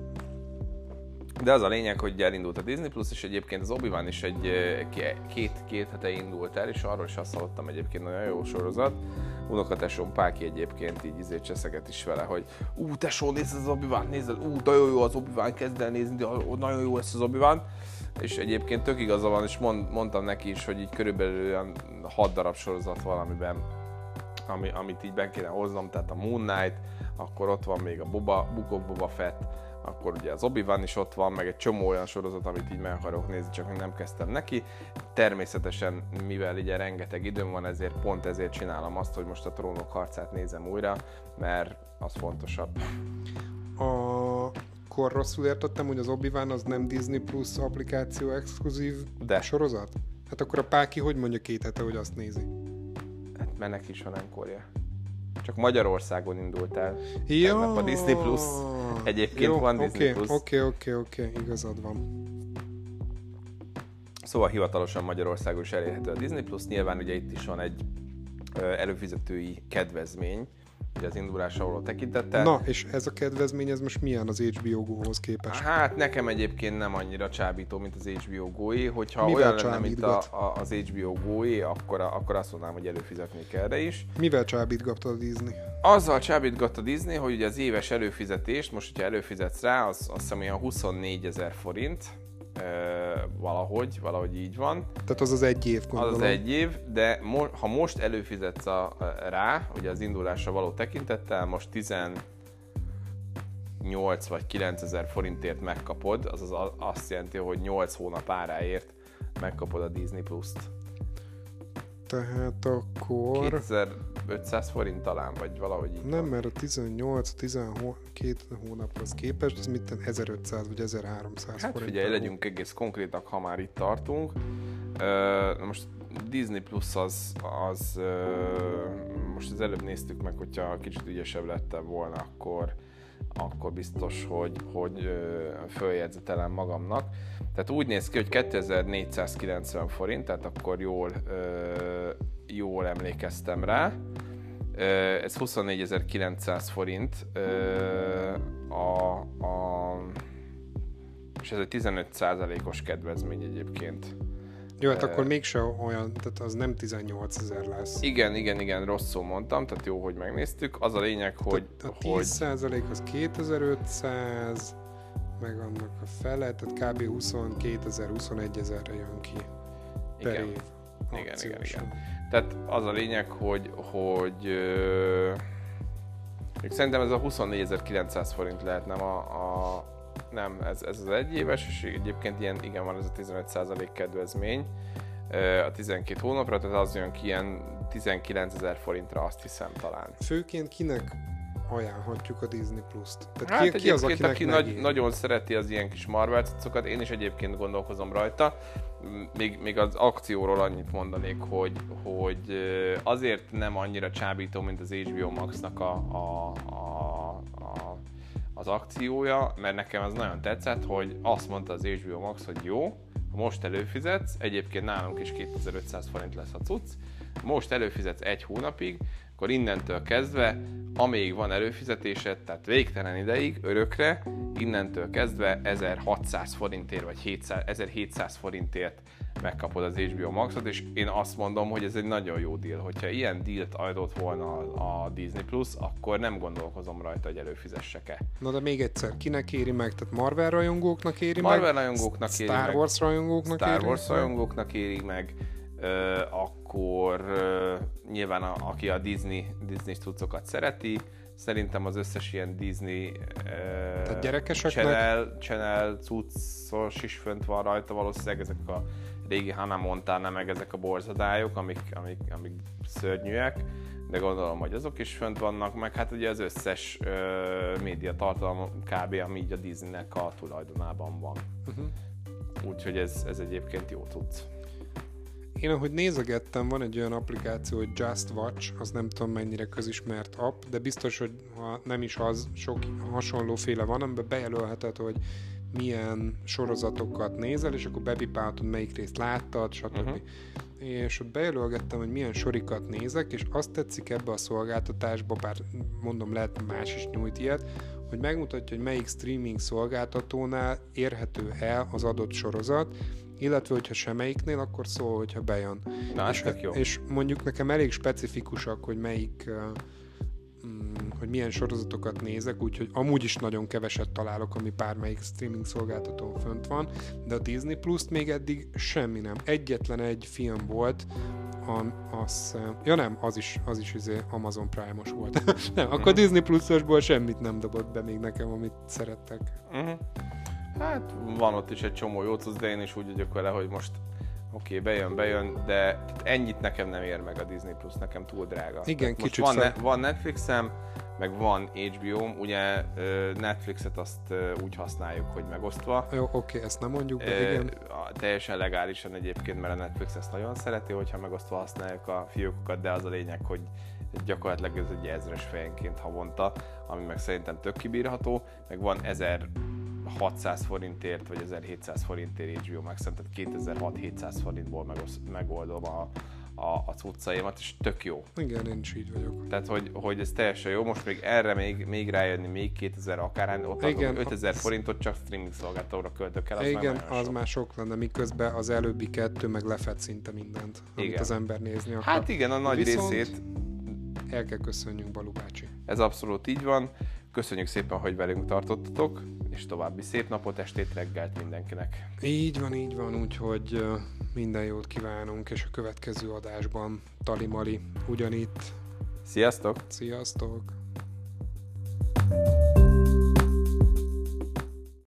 De az a lényeg, hogy elindult a Disney Plus, és egyébként az Obi-Wan is két hete indult el, és arról is azt hallottam, egyébként nagyon jó sorozat. Unokatesom Páki egyébként így cseszeget is vele, hogy tesó, nézd az Obi-Wan, nézd, nagyon jó az Obi-Wan, kezd el nézni, nagyon jó lesz az Obi-Wan. És egyébként tök igaza van, és mondtam neki is, hogy így körülbelül olyan 6 darab sorozat valamiben, amit így be kéne hoznom, tehát a Moon Knight, akkor ott van még a Book of Boba Fett, akkor ugye az Obi-Wan is ott van, meg egy csomó olyan sorozat, amit így meg akarok nézni, csak még nem kezdtem neki. Természetesen, mivel ugye rengeteg időm van, pont ezért csinálom azt, hogy most a Trónok harcát nézem újra, mert az fontosabb. Akkor rosszul értettem, hogy az Obi-Wan az nem Disney Plus applikáció exkluzív sorozat? Hát akkor a Páki hogy mondja 2 hete, hogy azt nézi? Hát mert neki is van Encore-ja. Csak Magyarországon indult el. Ja, a Disney Plus. Egyébként jó, van Disney Plus. Oké, igazad van. Szóval hivatalosan Magyarországon is elérhető a Disney Plus. Nyilván ugye itt is van egy előfizetői kedvezmény, ugye az indulásra való tekintettel. Na, és ez a kedvezmény, ez most milyen az HBO Go-hoz képest? Hát nekem egyébként nem annyira csábító, mint az HBO Go-é. Hogyha Mivel olyan lenne, mint csábítgat? az HBO Go-é, akkor azt mondanám, hogy előfizetni kell erre is. Mivel csábítgatta a Disney? Azzal csábítgatta a Disney, hogy ugye az éves előfizetést, most hogyha előfizetsz rá, azt hiszem olyan 24 000 forint, valahogy így van. Tehát az egy év, gondolom. Az egy év, de ha most előfizetsz rá, ugye az indulásra való tekintettel, most 18 vagy 9 000 forintért megkapod, azaz azt jelenti, hogy 8 hónap áráért megkapod a Disney Plus-t. Tehát akkor... 2500 forint talán, vagy valahogy így Nem, van. mert a 18-12 hónaphoz képest, az mit 1500 vagy 1300 Hát forint. figyelj, legyünk egész konkrétak, ha már itt tartunk. Na most Disney Plus az most az előbb néztük meg, hogyha kicsit ügyesebb lettem volna, akkor biztos, hogy följegyzetelem magamnak. Tehát úgy néz ki, hogy 2490 forint, tehát akkor jól emlékeztem rá. Ez 24.900 forint, és ez egy 15%-os kedvezmény egyébként. Jó, hát akkor mégse olyan, tehát az nem 18 000 lesz. Igen, rosszul mondtam, tehát jó, hogy megnéztük. Az a lényeg, hogy... A 10% az 2500, meg annak a fele, tehát kb. 22 000, 21 000-re jön ki per Igen. év. Igen. Tehát az a lényeg, hogy szerintem ez a 24.900 forint lehet, nem, ez az egyéves, és egyébként igen, van ez a 15% kedvezmény a 12 hónapra, tehát az jön ki ilyen 19 000 forintra, azt hiszem talán. Főként kinek ajánlhatjuk a Disney Plus-t? Tehát Hát ki az, aki megéri? nagyon szereti az ilyen kis Marvel cuccokat, én is egyébként gondolkozom rajta. Még az akcióról annyit mondanék, hogy azért nem annyira csábító, mint az HBO Max-nak az akciója, mert nekem az nagyon tetszett, hogy azt mondta az HBO Max, hogy jó, ha most előfizetsz, egyébként nálunk is 2500 forint lesz a cucc, most előfizetsz egy hónapig, akkor innentől kezdve, amíg van előfizetésed, tehát végtelen ideig, örökre, innentől kezdve 1600 forintért vagy 1700 forintért megkapod az HBO Maxot, és én azt mondom, hogy ez egy nagyon jó deal. Hogyha ilyen dealt adott volna a Disney Plus, akkor nem gondolkozom rajta, hogy előfizessek-e. Na de még egyszer, kinek éri meg? Tehát Marvel rajongóknak éri meg? Marvel rajongóknak éri meg. Star Wars rajongóknak éri meg? Star Wars rajongóknak éri meg. Akkor nyilván aki a Disney cuccokat szereti, szerintem az összes ilyen Disney tehát gyerekeseknek? channel cuccos is fönt van rajta valószínűleg, ezek a régi Hannah Montana, meg ezek a borzadályok, amik szörnyűek, de gondolom, hogy azok is fönt vannak, meg hát ugye az összes médiatartalom kb. Ami így a Disneynek a tulajdonában van. Úgyhogy ez egyébként jó cucc. Én ahogy nézegettem, van egy olyan applikáció, hogy Just Watch, az nem tudom mennyire közismert app, de biztos, hogy ha nem is az, sok hasonlóféle van, amiben bejelölheted, hogy milyen sorozatokat nézel, és akkor bepipáltod, melyik részt láttad, stb. És ott bejelölgettem, hogy milyen sorikat nézek, és azt tetszik ebbe a szolgáltatásba, bár mondom, lehet más is nyújt ilyet, hogy megmutatja, hogy melyik streaming szolgáltatónál érhető el az adott sorozat, illetve, hogyha semmelyiknél, akkor szól, hogyha bejön. Na, jó. És mondjuk nekem elég specifikusak, hogy melyik, hogy milyen sorozatokat nézek, úgyhogy amúgy is nagyon keveset találok, ami bármelyik streaming szolgáltatón fönt van, de a Disney Plus-t még eddig semmi nem. Egyetlen egy film volt, az is Amazon Prime-os volt. Nem, akkor Disney Plus-osból semmit nem dobott be még nekem, amit szerettek. Hát van ott is egy csomó jó cucc, de én is úgy vagyok vele, hogy most oké, bejön, de ennyit nekem nem ér meg a Disney Plus, nekem túl drága. Igen, most kicsit van Netflixem, meg van HBO-m, ugye Netflixet azt úgy használjuk, hogy megosztva. Jó, oké, ezt nem mondjuk, de igen. Teljesen legálisan egyébként, mert a Netflix ezt nagyon szereti, hogyha megosztva használjuk a fiókokat, de az a lényeg, hogy gyakorlatilag ez egy 1000-es fejenként havonta, ami meg szerintem tök kibírható, meg van 1600 forintért, vagy 1700 forintért HBO Max, tehát 2600-700 forintból megoldom a cuccaimat, és tök jó. Igen, én is így vagyok. Tehát, hogy ez teljesen jó, most még erre még rájönni, még 2000 akár, ott igen, 5000 forintot csak streaming szolgáltatóra költök el, az igen, már az sok. már sok lenne, miközben az előbbi 2 meg lefed szinte mindent, amit Igen. az ember nézni akar. Hát igen, a nagy Viszont részét. el kell köszönjünk Balú bácsi. Ez abszolút így van. Köszönjük szépen, hogy velünk tartottatok, és további szép napot, estét, reggelt mindenkinek. Így van, úgyhogy minden jót kívánunk, és a következő adásban Tali-Mali ugyanitt. Sziasztok! Sziasztok!